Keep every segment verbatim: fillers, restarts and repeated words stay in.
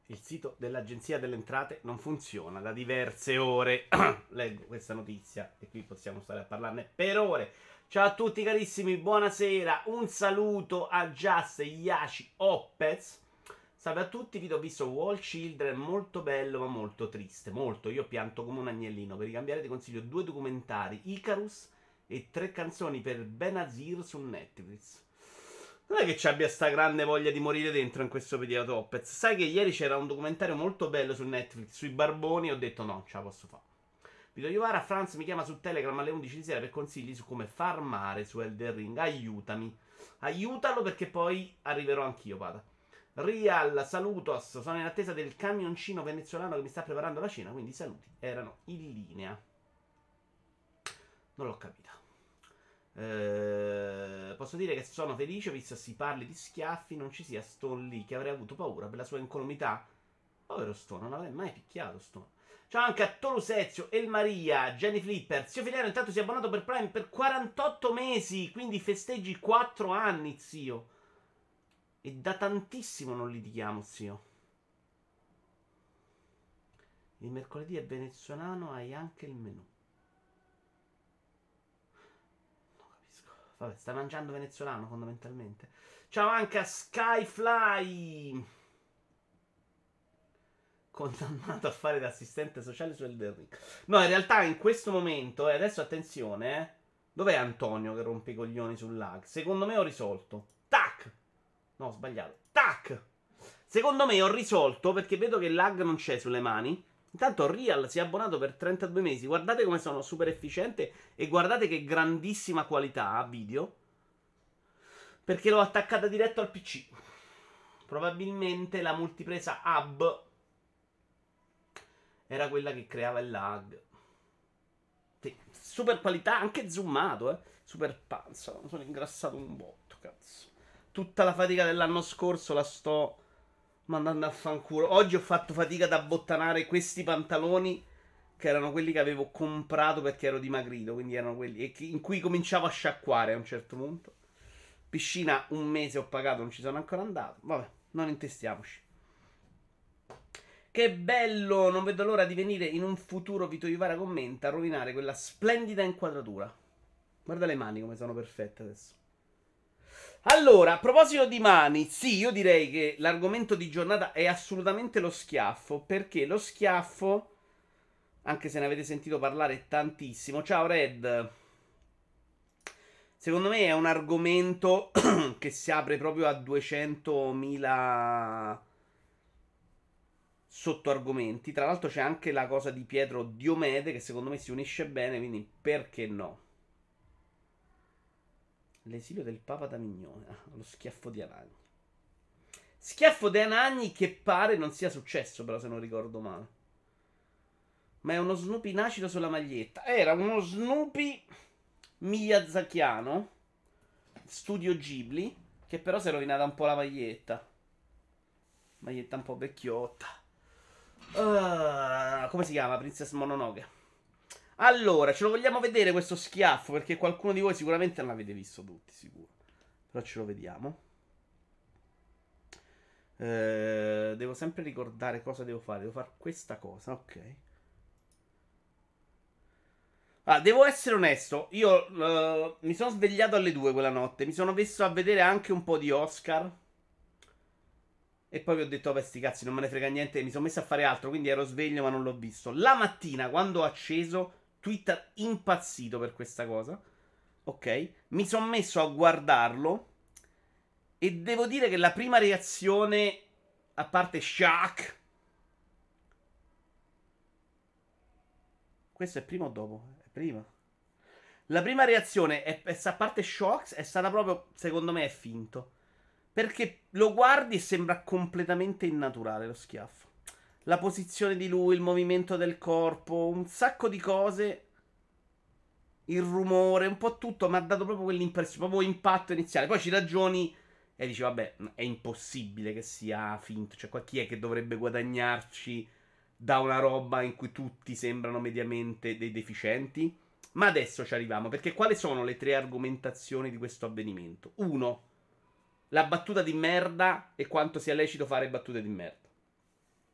Il sito dell'Agenzia delle Entrate non funziona da diverse ore. Leggo questa notizia e qui possiamo stare a parlarne per ore. Ciao a tutti carissimi, buonasera. Un saluto a Just Yashi Opez. Salve a tutti, vi ho visto Wall Children, molto bello ma molto triste. Molto, io pianto come un agnellino. Per ricambiare ti consiglio due documentari, Icarus e tre canzoni per Benazir su Netflix. Non è che ci abbia sta grande voglia di morire dentro in questo periodo Opez. Sai che ieri c'era un documentario molto bello su Netflix sui barboni e ho detto no, ce la posso fare. Vito Iovara, Franz mi chiama su Telegram alle undici di sera per consigli su come farmare su Elden Ring. Aiutami. Aiutalo perché poi arriverò anch'io, Pada. Rial, salutos. Sono in attesa del camioncino venezuelano che mi sta preparando la cena, quindi i saluti erano in linea. Non l'ho capita. Eh, posso dire che sono felice visto si parli di schiaffi, non ci sia Stone lì che avrei avuto paura per la sua incolumità. Povero Stone, non avrei mai picchiato Stone. Ciao anche a Tolusezio, El Maria, Jenny Flipper. Zio Filiano intanto si è abbonato per Prime per quarantotto mesi, quindi festeggi quattro anni, zio. E da tantissimo non litighiamo, zio. Il mercoledì è venezuelano, hai anche il menù. Vabbè, sta mangiando venezuelano fondamentalmente. Ciao anche a Skyfly. Condannato a fare l'assistente sociale su Elden Ring. No, in realtà in questo momento, e eh, adesso attenzione, eh. Dov'è Antonio che rompe i coglioni sul lag? Secondo me ho risolto. Tac! No, ho sbagliato. Tac! Secondo me ho risolto perché vedo che il lag non c'è sulle mani. Intanto Real si è abbonato per trentadue mesi. Guardate come sono super efficiente e guardate che grandissima qualità a video. Perché l'ho attaccata diretto al P C. Probabilmente la multipresa hub era quella che creava il lag. Sì, super qualità, anche zoomato, eh. Super panza. Mi sono ingrassato un botto, cazzo. Tutta la fatica dell'anno scorso la sto mandando a fanculo. Oggi ho fatto fatica ad abbottanare questi pantaloni che erano quelli che avevo comprato perché ero dimagrito, quindi erano quelli e che, in cui cominciavo a sciacquare a un certo punto. Piscina un mese ho pagato, non ci sono ancora andato. Vabbè, non intestiamoci. Che bello, non vedo l'ora di venire in un futuro, Vito Ivara commenta, a rovinare quella splendida inquadratura. Guarda le mani come sono perfette adesso. Allora, a proposito di mani, sì, io direi che l'argomento di giornata è assolutamente lo schiaffo, perché lo schiaffo, anche se ne avete sentito parlare tantissimo, ciao Red, secondo me è un argomento che si apre proprio a duecentomila sottoargomenti. Tra l'altro c'è anche la cosa di Pietro Diomede che secondo me si unisce bene, quindi perché no? L'esilio del Papa d'Avignone. Ah, lo schiaffo di Anagni. Schiaffo di Anagni che pare non sia successo, però, se non ricordo male. Ma è uno Snoopy in acido sulla maglietta. Era uno Snoopy miyazakiano, studio Ghibli, che però si è rovinata un po' la maglietta. Maglietta un po' vecchiotta. Uh, come si chiama? Princess Mononoke. Allora, ce lo vogliamo vedere questo schiaffo? Perché qualcuno di voi sicuramente non l'avete visto tutti, sicuro. Però ce lo vediamo. Eh, devo sempre ricordare cosa devo fare. Devo fare questa cosa, ok. Ah, devo essere onesto. Io uh, mi sono svegliato alle due quella notte. Mi sono messo a vedere anche un po' di Oscar. E poi vi ho detto, vabbè, sti cazzi, non me ne frega niente. Mi sono messo a fare altro, quindi ero sveglio ma non l'ho visto. La mattina, quando ho acceso, Twitter impazzito per questa cosa. Ok? Mi sono messo a guardarlo. E devo dire che la prima reazione, a parte shock. Questo è prima o dopo? È prima. La prima reazione, è, è, a parte shock, è stata proprio, secondo me, è finto. Perché lo guardi e sembra completamente innaturale lo schiaffo. La posizione di lui, il movimento del corpo, un sacco di cose. Il rumore, un po' tutto mi ha dato proprio quell'impressione, proprio impatto iniziale. Poi ci ragioni e dici, vabbè, è impossibile che sia finto. Cioè, chi è che dovrebbe guadagnarci da una roba in cui tutti sembrano mediamente dei deficienti? Ma adesso ci arriviamo, perché quali sono le tre argomentazioni di questo avvenimento? Uno, la battuta di merda e quanto sia lecito fare battute di merda.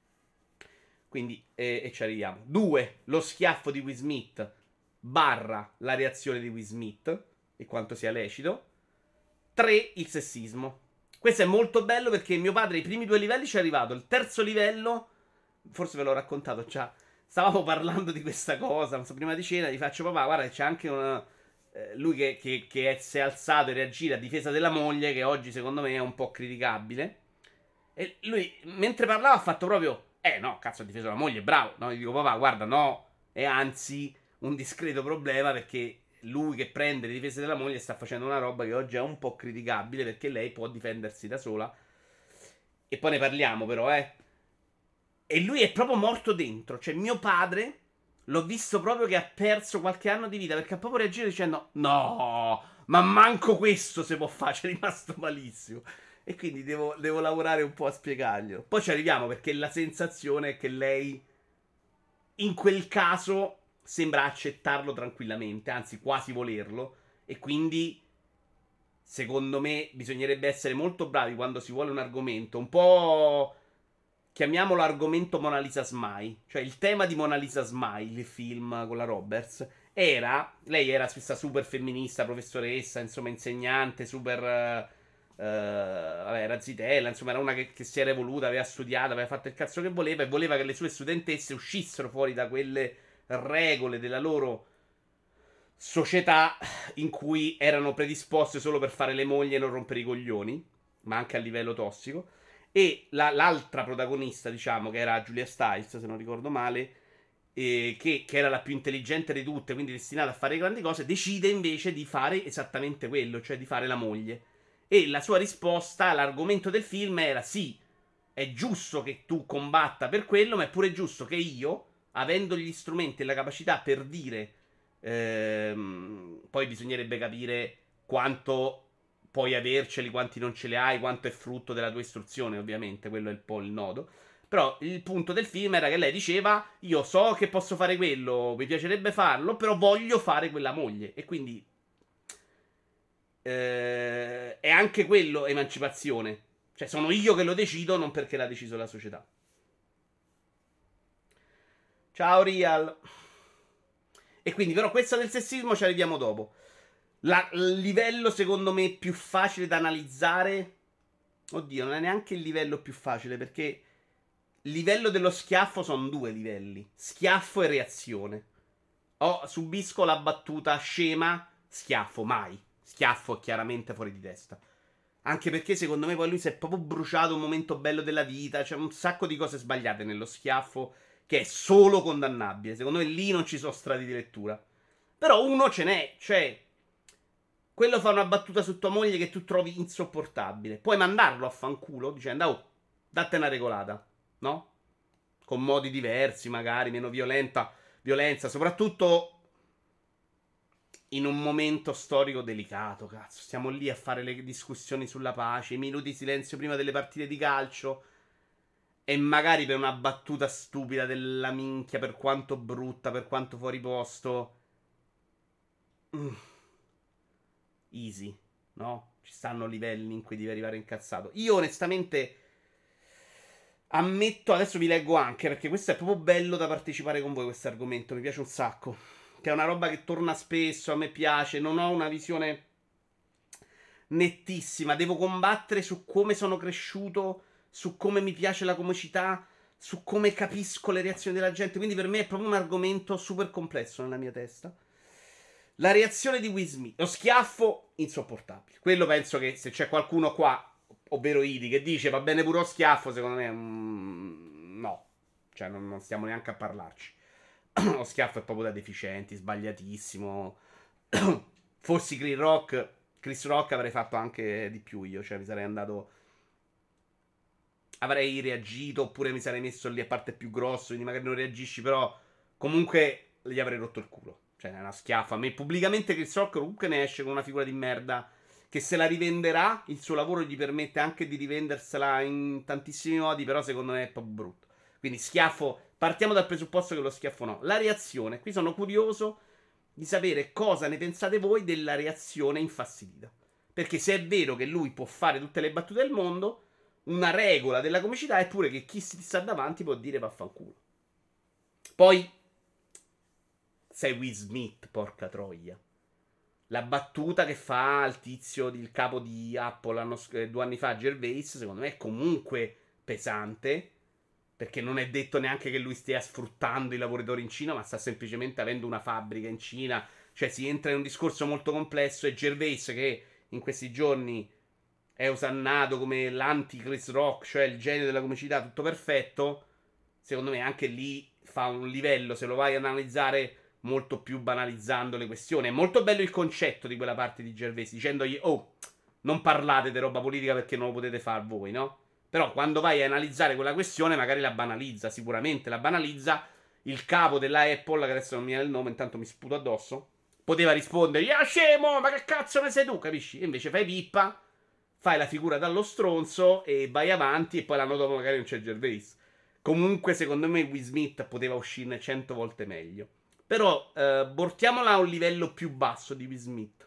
Quindi, eh, e ci arriviamo. Due, lo schiaffo di Will Smith barra la reazione di Will Smith e quanto sia lecito. Tre, il sessismo. Questo è molto bello perché mio padre i primi due livelli ci è arrivato. Il terzo livello, forse ve l'ho raccontato già, stavamo parlando di questa cosa, non so, prima di cena, gli faccio papà, guarda, c'è anche una... Eh, lui che, che, che si è alzato e reagire a difesa della moglie, che oggi secondo me è un po' criticabile. E lui, mentre parlava, ha fatto proprio... Eh no, cazzo, ha difeso la moglie, bravo. No, gli dico, papà, guarda, no, è anzi un discreto problema perché lui che prende le difese della moglie sta facendo una roba che oggi è un po' criticabile perché lei può difendersi da sola. E poi ne parliamo però, eh. E lui è proprio morto dentro. Cioè, mio padre, l'ho visto proprio che ha perso qualche anno di vita perché ha proprio reagito dicendo, no, ma manco questo si può fare, c'è rimasto malissimo. E quindi devo, devo lavorare un po' a spiegarglielo. Poi ci arriviamo perché la sensazione è che lei, in quel caso, sembra accettarlo tranquillamente, anzi quasi volerlo. E quindi, secondo me, bisognerebbe essere molto bravi quando si vuole un argomento. Un po'... chiamiamolo argomento Mona Lisa Smile. Cioè il tema di Mona Lisa Smile, il film con la Roberts, era... lei era questa super femminista, professoressa, insomma insegnante, super... Uh, vabbè, era zitella, insomma, era una che, che si era evoluta, aveva studiato, aveva fatto il cazzo che voleva e voleva che le sue studentesse uscissero fuori da quelle regole della loro società in cui erano predisposte solo per fare le mogli e non rompere i coglioni, ma anche a livello tossico. E la, l'altra protagonista, diciamo, che era Julia Stiles, se non ricordo male, eh, che, che era la più intelligente di tutte, quindi destinata a fare grandi cose, decide invece di fare esattamente quello, cioè di fare la moglie. E la sua risposta all'argomento del film era sì, è giusto che tu combatta per quello, ma è pure giusto che io, avendo gli strumenti e la capacità per dire, ehm, poi bisognerebbe capire quanto puoi averceli, quanti non ce li hai, quanto è frutto della tua istruzione, ovviamente, quello è un po' il nodo. Però il punto del film era che lei diceva, io so che posso fare quello, mi piacerebbe farlo, però voglio fare quella moglie. E quindi... Eh, è anche quello emancipazione. Cioè, sono io che lo decido, non perché l'ha deciso la società. Ciao, Real. E quindi, però, questo del sessismo ci arriviamo dopo. La, il livello, secondo me, più facile da analizzare. Oddio, non è neanche il livello più facile, perché il livello dello schiaffo sono due livelli: schiaffo e reazione. O subisco la battuta scema, schiaffo, mai. Schiaffo è chiaramente fuori di testa. Anche perché secondo me poi lui si è proprio bruciato un momento bello della vita. C'è un sacco di cose sbagliate nello schiaffo che è solo condannabile. Secondo me lì non ci sono strati di lettura. Però uno ce n'è. Cioè, quello fa una battuta su tua moglie che tu trovi insopportabile. Puoi mandarlo a fanculo dicendo, oh, datte una regolata. No? Con modi diversi magari, meno violenta, violenza. Soprattutto... in un momento storico delicato, cazzo. Stiamo lì a fare le discussioni sulla pace, i minuti di silenzio prima delle partite di calcio. E magari per una battuta stupida della minchia, per quanto brutta, per quanto fuori posto. Mm. Easy, no? Ci stanno livelli in cui devi arrivare incazzato. Io onestamente ammetto, adesso vi leggo anche, perché questo è proprio bello da partecipare con voi, questo argomento, mi piace un sacco. Che è una roba che torna spesso, a me piace, non ho una visione nettissima, devo combattere su come sono cresciuto, su come mi piace la comicità, su come capisco le reazioni della gente, quindi per me è proprio un argomento super complesso nella mia testa. La reazione di Will Smith, lo schiaffo insopportabile, quello penso che se c'è qualcuno qua, ovvero Idi, che dice va bene pure lo schiaffo, secondo me mm, no, cioè non, non stiamo neanche a parlarci. Lo schiaffo è proprio da deficienti, sbagliatissimo. Fossi Chris Rock, Chris Rock avrei fatto anche di più io, cioè mi sarei andato... avrei reagito, oppure mi sarei messo lì a parte più grosso, quindi magari non reagisci, però comunque gli avrei rotto il culo. Cioè è una schiaffa. A me pubblicamente Chris Rock comunque ne esce con una figura di merda che se la rivenderà, il suo lavoro gli permette anche di rivendersela in tantissimi modi, però secondo me è proprio brutto. Quindi schiaffo... partiamo dal presupposto che lo schiaffo no. La reazione. Qui sono curioso di sapere cosa ne pensate voi della reazione infastidita. Perché se è vero che lui può fare tutte le battute del mondo, una regola della comicità è pure che chi si sta davanti può dire vaffanculo. Poi sei Will Smith, porca troia. La battuta che fa il tizio, il capo di Apple anno, due anni fa, Gervais, secondo me è comunque pesante. Perché non è detto neanche che lui stia sfruttando i lavoratori in Cina, ma sta semplicemente avendo una fabbrica in Cina. Cioè si entra in un discorso molto complesso e Gervais, che in questi giorni è osannato come l'anti-Chris Rock, cioè il genio della comicità, tutto perfetto, secondo me anche lì fa un livello, se lo vai ad analizzare, molto più banalizzando le questioni. È molto bello il concetto di quella parte di Gervais, dicendogli, oh, non parlate di roba politica perché non lo potete fare voi, no? Però quando vai a analizzare quella questione magari la banalizza, sicuramente la banalizza. Il capo della Apple, che adesso non mi viene il nome, intanto mi sputo addosso, poteva rispondere, ah scemo, ma che cazzo ne sei tu, capisci? E invece fai pippa, fai la figura dallo stronzo e vai avanti e poi l'anno dopo magari non c'è Gervais. Comunque secondo me Will Smith poteva uscirne cento volte meglio. Però eh, portiamola a un livello più basso di Will Smith,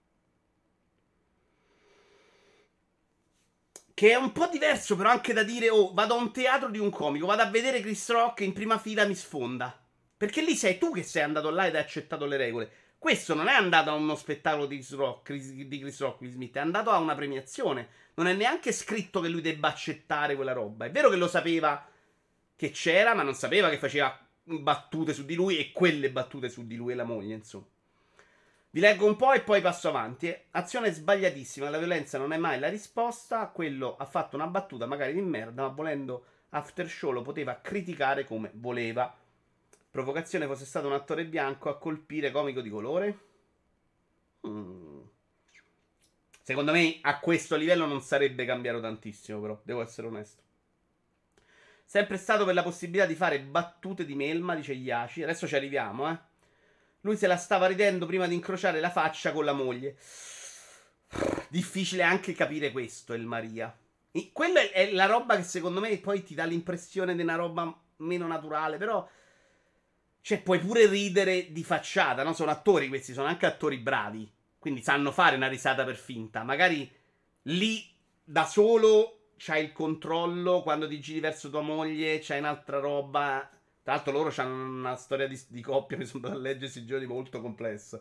che è un po' diverso però anche da dire, oh, vado a un teatro di un comico, vado a vedere Chris Rock e in prima fila mi sfonda. Perché lì sei tu che sei andato là ed hai accettato le regole. Questo non è andato a uno spettacolo di Chris Rock, Chris, di Chris Rock, Will Smith, è andato a una premiazione. Non è neanche scritto che lui debba accettare quella roba. È vero che lo sapeva che c'era, ma non sapeva che faceva battute su di lui e quelle battute su di lui e la moglie, insomma. Vi leggo un po' e poi passo avanti. Azione sbagliatissima, la violenza non è mai la risposta. Quello ha fatto una battuta magari di merda, ma volendo After Show lo poteva criticare come voleva. Provocazione fosse stato un attore bianco a colpire comico di colore? Mm. Secondo me a questo livello non sarebbe cambiato tantissimo, però, devo essere onesto. Sempre stato per la possibilità di fare battute di melma, dice Iaci. Adesso ci arriviamo, eh. Lui se la stava ridendo prima di incrociare la faccia con la moglie. Difficile anche capire questo, il Maria. E quella è la roba che secondo me poi ti dà l'impressione di una roba meno naturale, però... Cioè, puoi pure ridere di facciata, no? Sono attori questi, sono anche attori bravi. Quindi sanno fare una risata per finta. Magari lì, da solo, c'hai il controllo. Quando ti giri verso tua moglie, c'hai un'altra roba. Tra l'altro loro hanno una storia di, di coppia, mi sono andato a leggere questi giorni, molto complessa.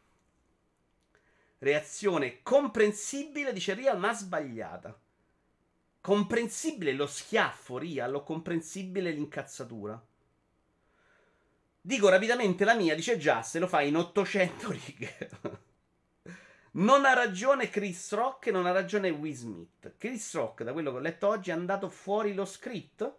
Reazione comprensibile, dice Real, ma sbagliata. Comprensibile lo schiaffo, Real, o comprensibile l'incazzatura? Dico rapidamente la mia, dice Just, e lo fa in ottocento righe. Non ha ragione Chris Rock e non ha ragione Will Smith. Chris Rock, da quello che ho letto oggi, è andato fuori lo script?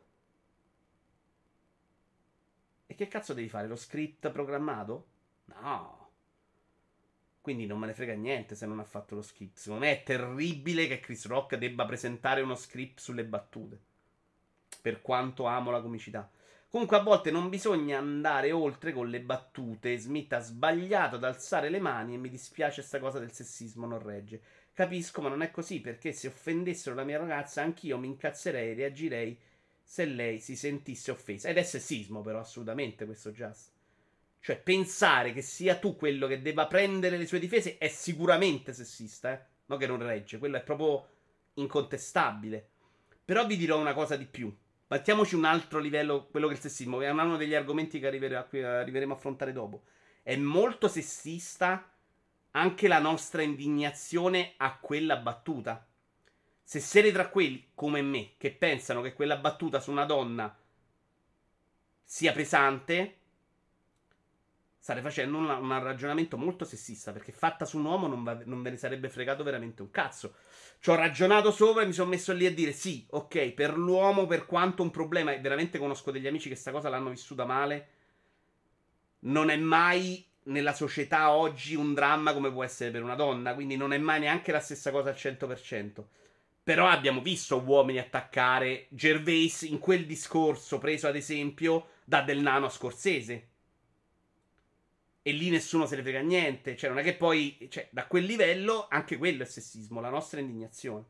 E che cazzo devi fare? Lo script programmato? No. Quindi non me ne frega niente se non ha fatto lo script. Secondo me è terribile che Chris Rock debba presentare uno script sulle battute. Per quanto amo la comicità. Comunque a volte non bisogna andare oltre con le battute. Smith ha sbagliato ad alzare le mani e mi dispiace sta cosa del sessismo, non regge. Capisco, ma non è così, perché se offendessero la mia ragazza anch'io mi incazzerei e reagirei se lei si sentisse offesa. Ed è sessismo però, assolutamente, questo Just. Cioè, pensare che sia tu quello che debba prendere le sue difese è sicuramente sessista, eh? No che non regge, quello è proprio incontestabile. Però vi dirò una cosa di più. Mettiamoci un altro livello, quello che è il sessismo, è uno degli argomenti che arrivere- a cui arriveremo a affrontare dopo. È molto sessista anche la nostra indignazione a quella battuta. Se siete tra quelli, come me, che pensano che quella battuta su una donna sia pesante, state facendo un, un ragionamento molto sessista, perché fatta su un uomo non, va, non ve ne sarebbe fregato veramente un cazzo. Ci ho ragionato sopra e mi sono messo lì a dire sì, ok, per l'uomo, per quanto un problema, e veramente conosco degli amici che sta cosa l'hanno vissuta male, non è mai nella società oggi un dramma come può essere per una donna, quindi non è mai neanche la stessa cosa al cento per cento. Però abbiamo visto uomini attaccare Gervais in quel discorso preso ad esempio da Del Nano a Scorsese. E lì nessuno se ne frega niente. Cioè, non è che poi, cioè, da quel livello, anche quello è sessismo, la nostra indignazione.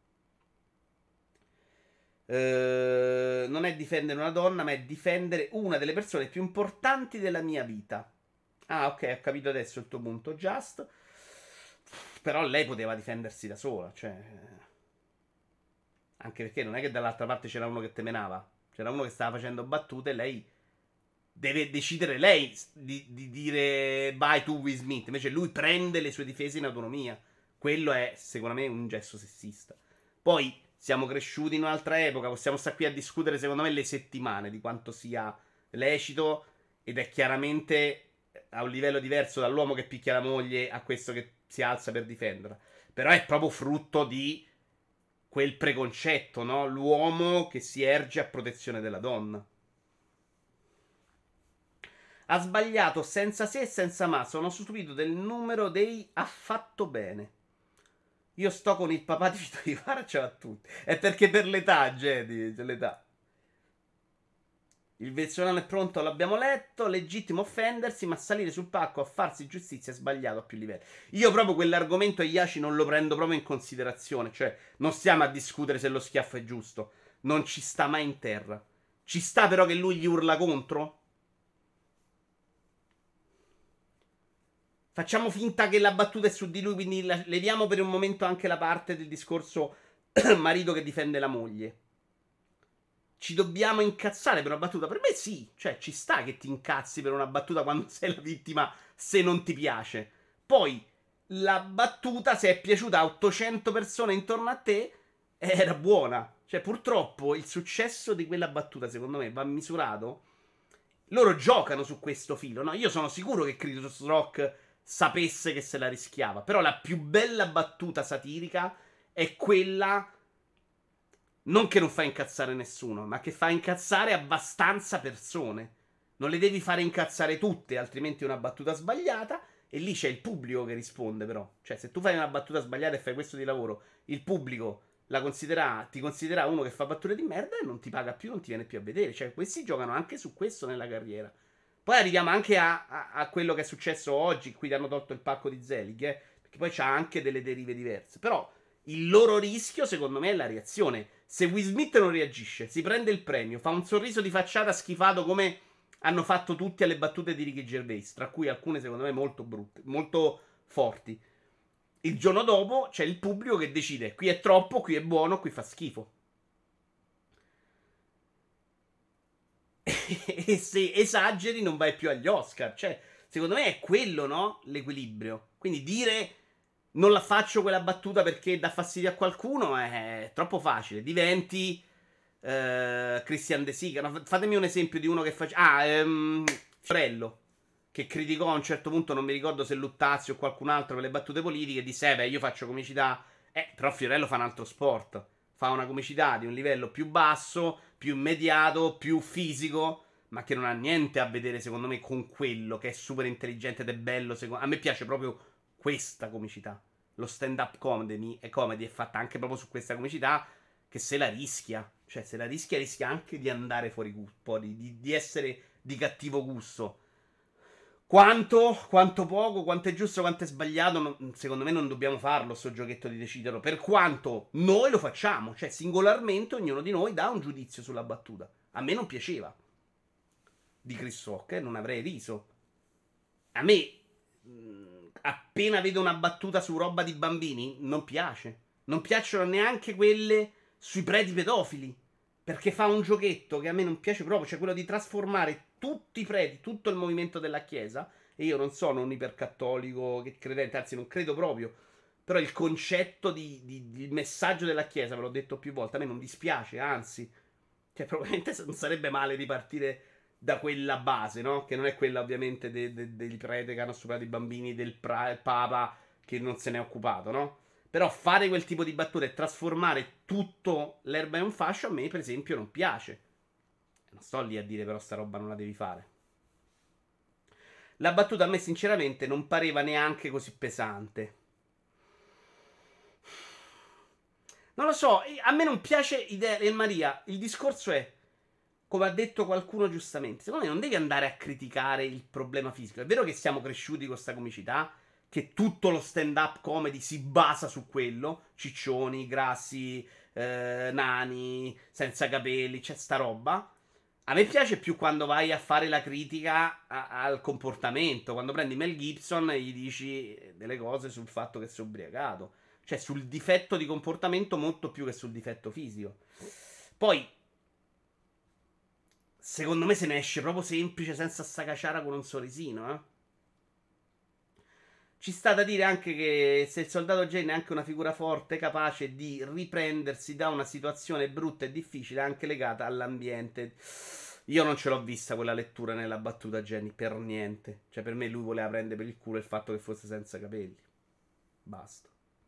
Eh, non è difendere una donna, ma è difendere una delle persone più importanti della mia vita. Ah, ok, ho capito adesso il tuo punto, Just. Però lei poteva difendersi da sola, cioè... Anche perché non è che dall'altra parte c'era uno che temenava. C'era uno che stava facendo battute e lei deve decidere lei di, di dire vai tu Will Smith. Invece lui prende le sue difese in autonomia. Quello è, secondo me, un gesto sessista. Poi siamo cresciuti in un'altra epoca, possiamo stare qui a discutere, secondo me, le settimane di quanto sia lecito, ed è chiaramente a un livello diverso dall'uomo che picchia la moglie a questo che si alza per difenderla. Però è proprio frutto di quel preconcetto, no? L'uomo che si erge a protezione della donna. Ha sbagliato senza se e senza ma. Sono stupito del numero dei ha fatto bene. Io sto con il papà di Vito di Farcia a tutti. È perché per l'età, Jedi, c'è l'età. Il venezuelano è pronto, l'abbiamo letto. Legittimo offendersi, ma salire sul palco a farsi giustizia è sbagliato a più livelli. Io proprio quell'argomento a Iaci non lo prendo proprio in considerazione. Cioè, non stiamo a discutere se lo schiaffo è giusto. Non ci sta mai in terra. Ci sta però che lui gli urla contro? Facciamo finta che la battuta è su di lui, quindi la- leviamo per un momento anche la parte del discorso marito che difende la moglie. Ci dobbiamo incazzare per una battuta? Per me sì, cioè ci sta che ti incazzi per una battuta quando sei la vittima se non ti piace. Poi la battuta, se è piaciuta a ottocento persone intorno a te, era buona. Cioè purtroppo il successo di quella battuta secondo me va misurato. Loro giocano su questo filo, no? Io sono sicuro che Chris Rock sapesse che se la rischiava. Però la più bella battuta satirica è quella non che non fa incazzare nessuno, ma che fa incazzare abbastanza persone. Non le devi fare incazzare tutte, altrimenti è una battuta sbagliata. E lì c'è il pubblico che risponde, però. Cioè, se tu fai una battuta sbagliata e fai questo di lavoro, il pubblico la considera, ti considera uno che fa battute di merda e non ti paga più, non ti viene più a vedere. Cioè, questi giocano anche su questo nella carriera. Poi arriviamo anche a, a, a quello che è successo oggi, qui ti hanno tolto il pacco di Zelig, eh, perché poi c'ha anche delle derive diverse. Però il loro rischio, secondo me, è la reazione. Se Will Smith non reagisce, si prende il premio, fa un sorriso di facciata schifato come hanno fatto tutti alle battute di Ricky Gervais, tra cui alcune secondo me molto brutte, molto forti. Il giorno dopo c'è il pubblico che decide: qui è troppo, qui è buono, qui fa schifo. E se esageri non vai più agli Oscar. Cioè, secondo me è quello, no? L'equilibrio. Quindi dire non la faccio quella battuta perché dà fastidio a qualcuno è troppo facile. Diventi eh, Christian De Sica. No, fatemi un esempio di uno che faccia. Ah, ehm, Fiorello. Che criticò a un certo punto, non mi ricordo se Luttazzi o qualcun altro per le battute politiche. Disse: eh, beh, io faccio comicità. Eh, però Fiorello fa un altro sport. Fa una comicità di un livello più basso, più immediato, più fisico. Ma che non ha niente a vedere, secondo me, con quello che è super intelligente ed è bello. Secondo... A me piace proprio questa comicità. Lo stand-up comedy, e comedy è fatta anche proprio su questa comicità che se la rischia. Cioè, se la rischia, rischia anche di andare fuori gusto, di, di, di essere di cattivo gusto. Quanto, quanto poco, quanto è giusto, quanto è sbagliato, non- secondo me non dobbiamo farlo, sto giochetto di deciderlo. Per quanto noi lo facciamo, cioè singolarmente ognuno di noi dà un giudizio sulla battuta. A me non piaceva di Chris Rock, eh, non avrei riso. A me, mh, appena vedo una battuta su roba di bambini, non piace. Non piacciono neanche quelle sui preti pedofili. Perché fa un giochetto che a me non piace proprio, cioè quello di trasformare tutti i preti, tutto il movimento della Chiesa. E io non sono un ipercattolico che credente, anzi non credo proprio. Però il concetto di, di, di messaggio della Chiesa, ve l'ho detto più volte, a me non dispiace, anzi. Cioè, probabilmente non sarebbe male ripartire da quella base, no? Che non è quella ovviamente de- de- dei preti che hanno stuprato i bambini, del pra- papa che non se n'è occupato, no? Però fare quel tipo di battute e trasformare tutto l'erba in un fascio a me, per esempio, non piace. Non sto lì a dire però sta roba non la devi fare. La battuta a me sinceramente non pareva neanche così pesante. Non lo so, a me non piace idea El Maria. Il discorso è, come ha detto qualcuno giustamente, secondo me non devi andare a criticare il problema fisico. È vero che siamo cresciuti con questa comicità, che tutto lo stand-up comedy si basa su quello, ciccioni, grassi, eh, nani, senza capelli, c'è sta roba. A me piace più quando vai a fare la critica a- al comportamento, quando prendi Mel Gibson e gli dici delle cose sul fatto che sei ubriacato, cioè sul difetto di comportamento molto più che sul difetto fisico. Poi secondo me se ne esce proprio semplice, senza sta caciara, con un sorrisino, eh. Ci sta da dire anche che se il soldato Jane è anche una figura forte, capace di riprendersi da una situazione brutta e difficile, anche legata all'ambiente. Io non ce l'ho vista quella lettura nella battuta Jenny, per niente. Cioè, per me lui voleva prendere per il culo il fatto che fosse senza capelli. Basta.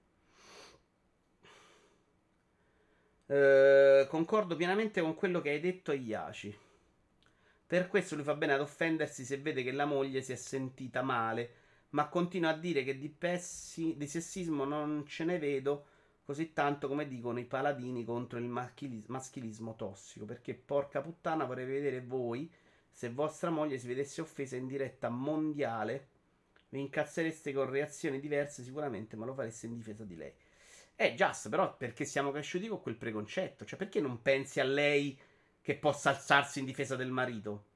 Eh, concordo pienamente con quello che hai detto, Iaci. Per questo lui fa bene ad offendersi se vede che la moglie si è sentita male, ma continua a dire che di, pessi, di sessismo non ce ne vedo così tanto come dicono i paladini contro il maschilis- maschilismo tossico. Perché porca puttana, vorrei vedere voi se vostra moglie si vedesse offesa in diretta mondiale. Vi incazzereste con reazioni diverse sicuramente, ma lo fareste in difesa di lei. Eh, Just, però perché siamo cresciuti con quel preconcetto? Cioè, perché non pensi a lei che possa alzarsi in difesa del marito?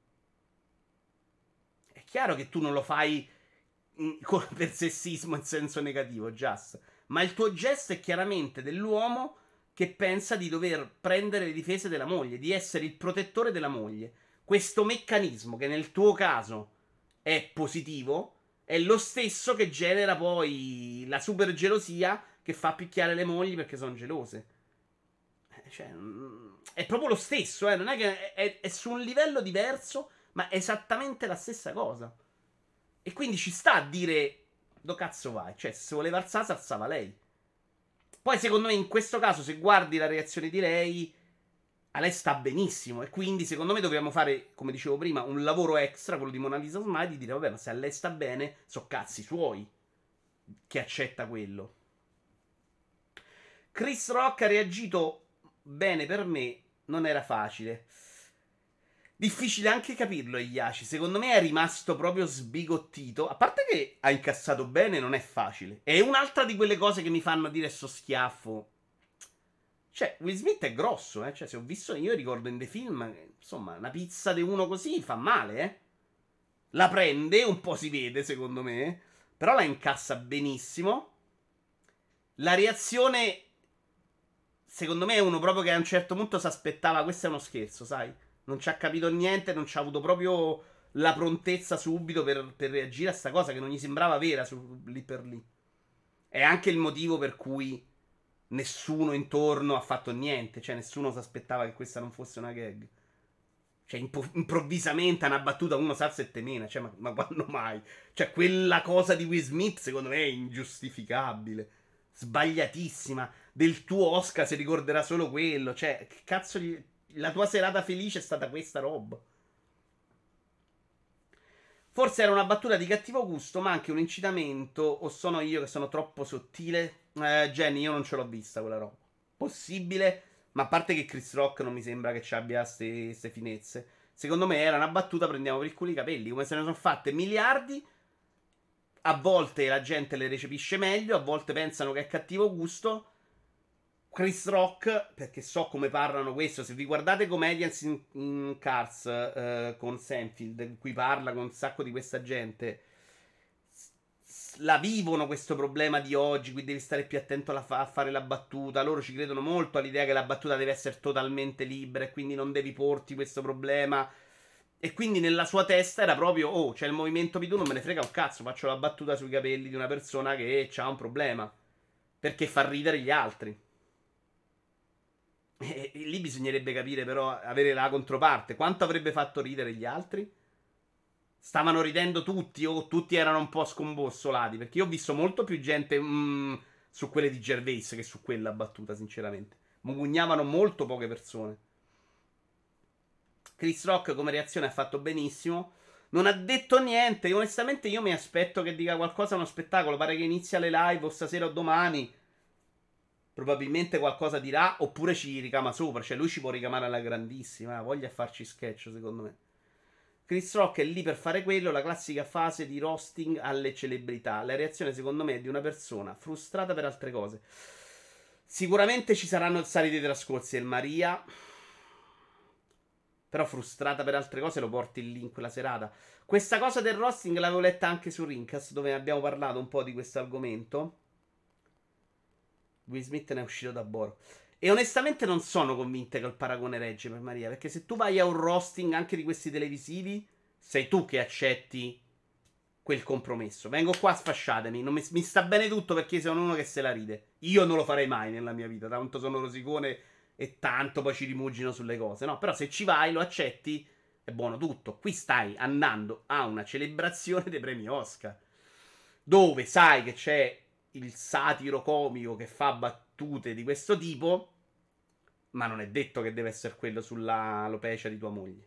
È chiaro che tu non lo fai in- per sessismo in senso negativo, Just. Ma il tuo gesto è chiaramente dell'uomo che pensa di dover prendere le difese della moglie, di essere il protettore della moglie. Questo meccanismo, che nel tuo caso è positivo, è lo stesso che genera poi la super gelosia che fa picchiare le mogli perché sono gelose. Eh, Cioè, mm, è proprio lo stesso, eh? Non è che è, è- è su un livello diverso, ma è esattamente la stessa cosa. E quindi ci sta a dire: do cazzo vai? Cioè, se voleva alzare, si alzava lei. Poi, secondo me, in questo caso, se guardi la reazione di lei, a lei sta benissimo. E quindi, secondo me, dobbiamo fare, come dicevo prima, un lavoro extra, quello di Mona Lisa Smile, di dire: vabbè, ma se a lei sta bene, so cazzi suoi che accetta quello. Chris Rock ha reagito bene per me, non era facile. Difficile anche capirlo, Iaci. Secondo me è rimasto proprio sbigottito. A parte che ha incassato bene, non è facile. È un'altra di quelle cose che mi fanno dire sto schiaffo. Cioè, Will Smith è grosso, eh. Cioè, se ho visto, io ricordo in dei film, insomma, una pizza di uno così fa male, eh. La prende, un po' si vede, secondo me. Però la incassa benissimo. La reazione, secondo me, è uno proprio che a un certo punto si aspettava. Questo è uno scherzo, sai? Non ci ha capito niente, non ci ha avuto proprio la prontezza subito per, per reagire a sta cosa che non gli sembrava vera su, lì per lì. È anche il motivo per cui nessuno intorno ha fatto niente. Cioè, nessuno si aspettava che questa non fosse una gag. Cioè, impo- improvvisamente una battuta uno salsa e temena. Cioè, ma, ma quando mai? Cioè, quella cosa di Will Smith, secondo me, è ingiustificabile. Sbagliatissima. Del tuo Oscar si ricorderà solo quello. Cioè, che cazzo gli... La tua serata felice è stata questa roba. Forse era una battuta di cattivo gusto, ma anche un incitamento. O sono io che sono troppo sottile? Eh, Jenny, io non ce l'ho vista quella roba. Possibile, ma a parte che Chris Rock non mi sembra che ci abbia queste finezze. Secondo me era una battuta, prendiamo per il culo i capelli, come se ne sono fatte miliardi. A volte la gente le recepisce meglio, a volte pensano che è cattivo gusto. Chris Rock, perché so come parlano questo, se vi guardate Comedians in, in Cars eh, con Seinfeld, in cui parla con un sacco di questa gente, la vivono questo problema di oggi, qui devi stare più attento alla fa- a fare la battuta, loro ci credono molto all'idea che la battuta deve essere totalmente libera e quindi non devi porti questo problema. E quindi nella sua testa era proprio: oh, c'è il movimento Me Too, non me ne frega un cazzo, faccio la battuta sui capelli di una persona che ha un problema, perché fa ridere gli altri. E, e lì bisognerebbe capire, però, avere la controparte. Quanto avrebbe fatto ridere gli altri? Stavano ridendo tutti o tutti erano un po' scombossolati? Perché io ho visto molto più gente mm, su quelle di Gervais che su quella battuta, sinceramente. Mugugnavano molto poche persone. Chris Rock come reazione ha fatto benissimo. Non ha detto niente. Onestamente io mi aspetto che dica qualcosa a uno spettacolo. Pare che inizia le live o stasera o domani. Probabilmente qualcosa dirà oppure ci ricama sopra. Cioè lui ci può ricamare alla grandissima. Ha voglia a farci sketch, secondo me. Chris Rock è lì per fare quello, la classica fase di roasting alle celebrità. La reazione, secondo me, è di una persona frustrata per altre cose. Sicuramente ci saranno stati dei trascorsi del Maria. Però frustrata per altre cose lo porti lì in quella serata. Questa cosa del roasting l'avevo letta anche su Rincast, dove abbiamo parlato un po' di questo argomento. Will Smith ne è uscito da Boro. E onestamente non sono convinto che il paragone regge per Maria. Perché se tu vai a un roasting anche di questi televisivi, sei tu che accetti quel compromesso. Vengo qua, sfasciatemi. Non mi, mi sta bene tutto perché sono uno che se la ride. Io non lo farei mai nella mia vita. Tanto sono rosicone e tanto poi ci rimugino sulle cose. No, però se ci vai, lo accetti, è buono tutto. Qui stai andando a una celebrazione dei premi Oscar, dove sai che c'è il satiro comico che fa battute di questo tipo, ma non è detto che deve essere quello sulla alopecia di tua moglie.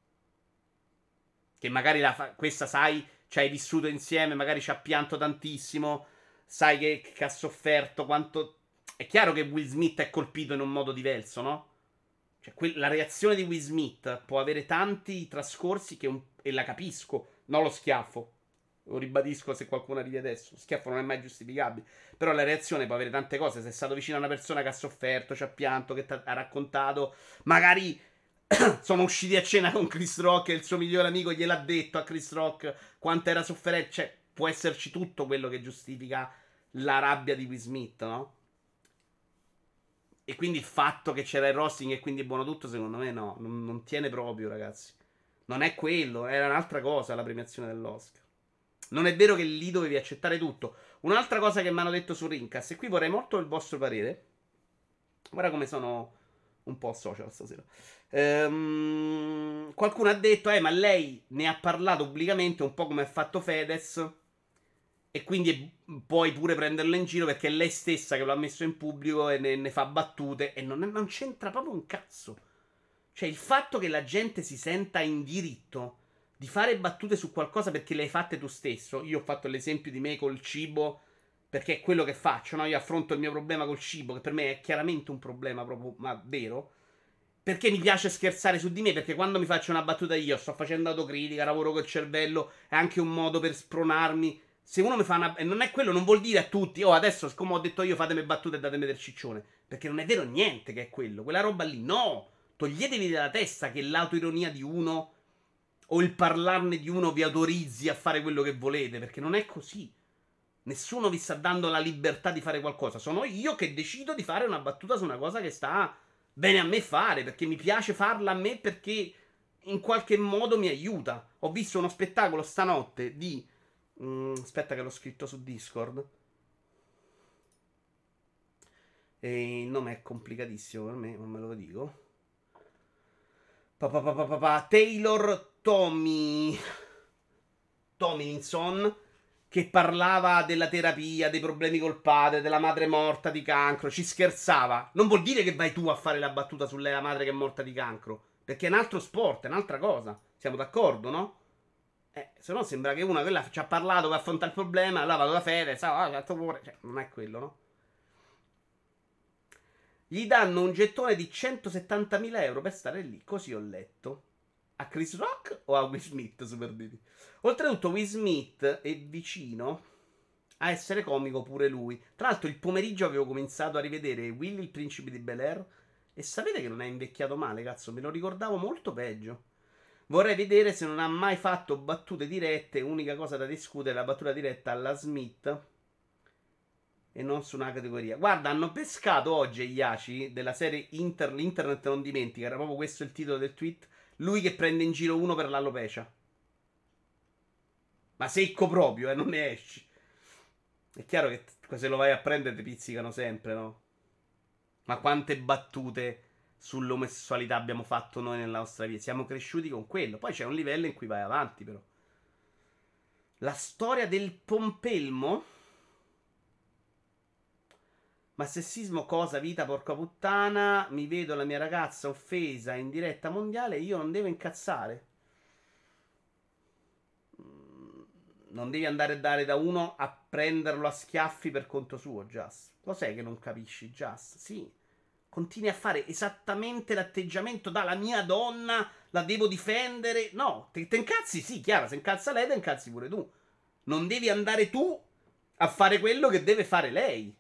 Che magari la fa- questa sai, ci hai vissuto insieme, magari ci ha pianto tantissimo, sai che, che ha sofferto, quanto... È chiaro che Will Smith è colpito in un modo diverso, no? Cioè, que- la reazione di Will Smith può avere tanti trascorsi che un- e la capisco, non lo schiaffo. Lo ribadisco se qualcuno arriva adesso. Lo schiaffo non è mai giustificabile. Però la reazione può avere tante cose. Se è stato vicino a una persona che ha sofferto, ci ha pianto, che ti ha raccontato, magari sono usciti a cena con Chris Rock e il suo migliore amico gliel'ha detto a Chris Rock quanto era sofferente. Cioè, può esserci tutto quello che giustifica la rabbia di Will Smith, no? E quindi il fatto che c'era il roasting e quindi è buono tutto, secondo me no, non, non tiene proprio, ragazzi. Non è quello, era un'altra cosa la premiazione dell'Oscar. Non è vero che lì dovevi accettare tutto. Un'altra cosa che mi hanno detto su Rincast, e qui vorrei molto il vostro parere. Guarda come sono un po' social stasera. Ehm, qualcuno ha detto, eh, ma lei ne ha parlato pubblicamente, un po' come ha fatto Fedez. E quindi puoi pure prenderlo in giro perché è lei stessa che lo ha messo in pubblico e ne, ne fa battute. E non, è- non c'entra proprio un cazzo. Cioè, il fatto che la gente si senta in diritto di fare battute su qualcosa perché le hai fatte tu stesso. Io ho fatto l'esempio di me col cibo perché è quello che faccio, no? Io affronto il mio problema col cibo, che per me è chiaramente un problema proprio, ma vero. Perché mi piace scherzare su di me, perché quando mi faccio una battuta io sto facendo autocritica, lavoro col cervello, è anche un modo per spronarmi. Se uno mi fa una... E non è quello, non vuol dire a tutti, oh adesso come ho detto io fatemi battute e datemi del ciccione. Perché non è vero niente che è quello. Quella roba lì, no! Toglietevi dalla testa che l'autoironia di uno o il parlarne di uno vi autorizzi a fare quello che volete, perché non è così. Nessuno vi sta dando la libertà di fare qualcosa. Sono io che decido di fare una battuta su una cosa che sta bene a me fare, perché mi piace farla a me, perché in qualche modo mi aiuta. Ho visto uno spettacolo stanotte di... mm, aspetta che l'ho scritto su Discord. E il nome è complicatissimo per me, non me lo dico. Pa, pa, pa, pa, pa, pa. Taylor Tommy Tomlinson, che parlava della terapia, dei problemi col padre, della madre morta di cancro, ci scherzava. Non vuol dire che vai tu a fare la battuta sulla madre che è morta di cancro, perché è un altro sport, è un'altra cosa. Siamo d'accordo, no? Eh, se no sembra che una quella ci ha parlato per affrontare il problema, allora vado da Fede, sa, ah, cioè, non è quello, no? Gli danno un gettone di centosettantamila euro per stare lì, così ho letto. A Chris Rock o a Will Smith, super Didi? Oltretutto Will Smith è vicino a essere comico pure lui. Tra l'altro il pomeriggio avevo cominciato a rivedere Will il principe di Bel-Air e sapete che non è invecchiato male, cazzo, me lo ricordavo molto peggio. Vorrei vedere se non ha mai fatto battute dirette, unica cosa da discutere è la battuta diretta alla Smith e non su una categoria. Guarda, hanno pescato oggi Iaci della serie Inter- L'Internet non dimentica, era proprio questo il titolo del tweet, lui che prende in giro uno per l'alopecia. Ma secco proprio, eh, non ne esci. È chiaro che se lo vai a prendere ti pizzicano sempre, no? Ma quante battute sull'omosessualità abbiamo fatto noi nella nostra vita? Siamo cresciuti con quello. Poi c'è un livello in cui vai avanti, però. La storia del pompelmo? Ma sessismo cosa, vita, porca puttana? Mi vedo la mia ragazza offesa in diretta mondiale e io non devo incazzare. Non devi andare a dare da uno a prenderlo a schiaffi per conto suo, Just. Cos'è che non capisci, Just? Sì. Continui a fare esattamente l'atteggiamento da la mia donna, la devo difendere. No, te, te incazzi, sì, chiaro, se incazza lei, te incazzi pure tu. Non devi andare tu a fare quello che deve fare lei.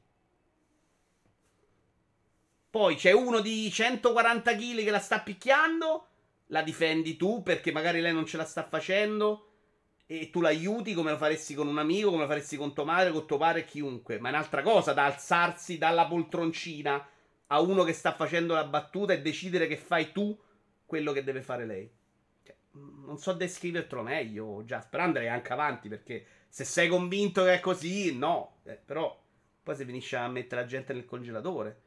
Poi c'è uno di centoquaranta chili che la sta picchiando, la difendi tu perché magari lei non ce la sta facendo e tu l'aiuti come lo faresti con un amico, come lo faresti con tua madre, con tuo padre, chiunque. Ma è un'altra cosa da alzarsi dalla poltroncina a uno che sta facendo la battuta e decidere che fai tu quello che deve fare lei. Cioè, non so descrivertelo meglio, già, però andrei anche avanti perché se sei convinto che è così, no. Eh, però poi si finisce a mettere la gente nel congelatore.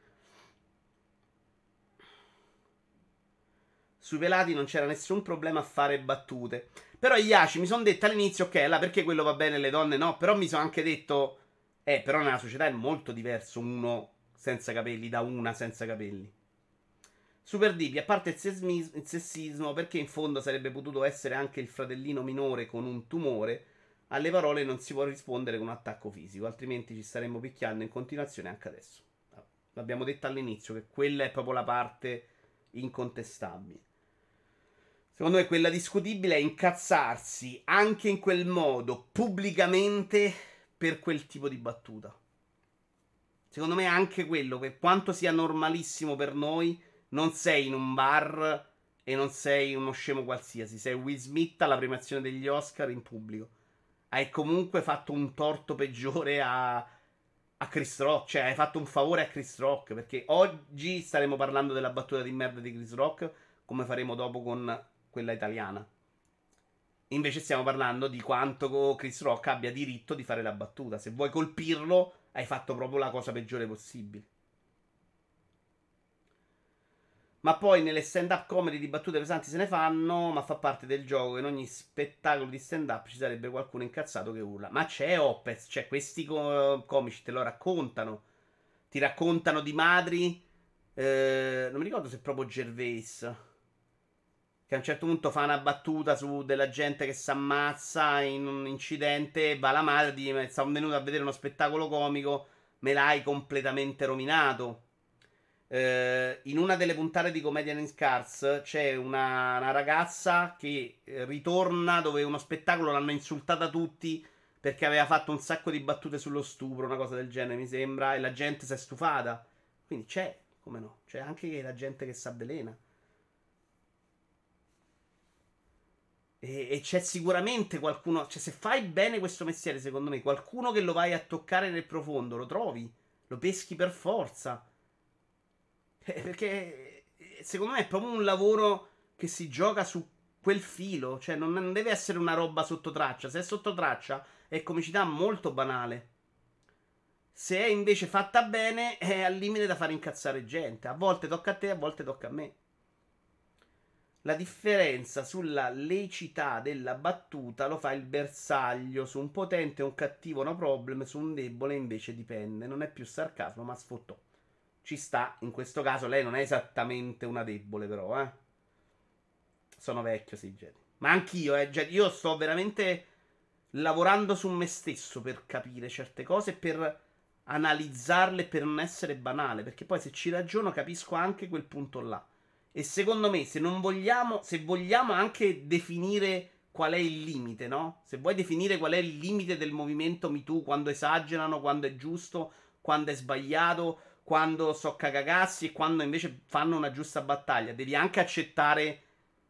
Sui pelati non c'era nessun problema a fare battute. Però Iaci mi sono detto all'inizio, ok, allora perché quello va bene e le donne no? Però mi sono anche detto, eh, però nella società è molto diverso uno senza capelli da una senza capelli. Super Dipi, a parte il, sesmis- il sessismo, perché in fondo sarebbe potuto essere anche il fratellino minore con un tumore, alle parole non si può rispondere con un attacco fisico, altrimenti ci staremmo picchiando in continuazione anche adesso. L'abbiamo detto all'inizio che quella è proprio la parte incontestabile. Secondo me quella discutibile è incazzarsi anche in quel modo pubblicamente per quel tipo di battuta. Secondo me anche quello, che quanto sia normalissimo per noi, non sei in un bar e non sei uno scemo qualsiasi, sei Will Smith alla premiazione degli Oscar in pubblico. Hai comunque fatto un torto peggiore a, a Chris Rock, cioè hai fatto un favore a Chris Rock, perché oggi staremo parlando della battuta di merda di Chris Rock, come faremo dopo con quella italiana. Invece stiamo parlando di quanto Chris Rock abbia diritto di fare la battuta. Se vuoi colpirlo, hai fatto proprio la cosa peggiore possibile. Ma poi nelle stand-up comedy di battute pesanti se ne fanno, ma fa parte del gioco che in ogni spettacolo di stand-up ci sarebbe qualcuno incazzato che urla. Ma c'è Opez, cioè questi co- comici te lo raccontano. Ti raccontano di madri. Eh, non mi ricordo se è proprio Gervais. Che a un certo punto fa una battuta su della gente che si ammazza in un incidente. Va la madre e dice: sono venuto a vedere uno spettacolo comico, me l'hai completamente rovinato. Eh, in una delle puntate di Comedian in Scars c'è una, una ragazza che eh, ritorna dove uno spettacolo l'hanno insultata tutti perché aveva fatto un sacco di battute sullo stupro, una cosa del genere, mi sembra, e la gente si è stufata. Quindi c'è, come no? C'è anche la gente che si avvelena. E, e c'è sicuramente qualcuno. Cioè, se fai bene questo mestiere, secondo me, qualcuno che lo vai a toccare nel profondo, lo trovi, lo peschi per forza. Eh, perché eh, secondo me è proprio un lavoro che si gioca su quel filo. Cioè, non, non deve essere una roba sotto traccia. Se è sotto traccia, è comicità molto banale. Se è invece fatta bene, è al limite da fare incazzare gente. A volte tocca a te, a volte tocca a me. La differenza sulla lecità della battuta lo fa il bersaglio. Su un potente e un cattivo no problem, su un debole invece dipende. Non è più sarcasmo, ma sfottò. Ci sta, in questo caso lei non è esattamente una debole, però, eh. Sono vecchio, sì, Jedi. Ma anch'io, eh, Jedi. Io sto veramente lavorando su me stesso per capire certe cose, per analizzarle, per non essere banale. Perché poi se ci ragiono capisco anche quel punto là. E secondo me, se non vogliamo, se vogliamo anche definire qual è il limite, no? Se vuoi definire qual è il limite del movimento MeToo, quando esagerano, quando è giusto, quando è sbagliato, quando so cagacassi e quando invece fanno una giusta battaglia, devi anche accettare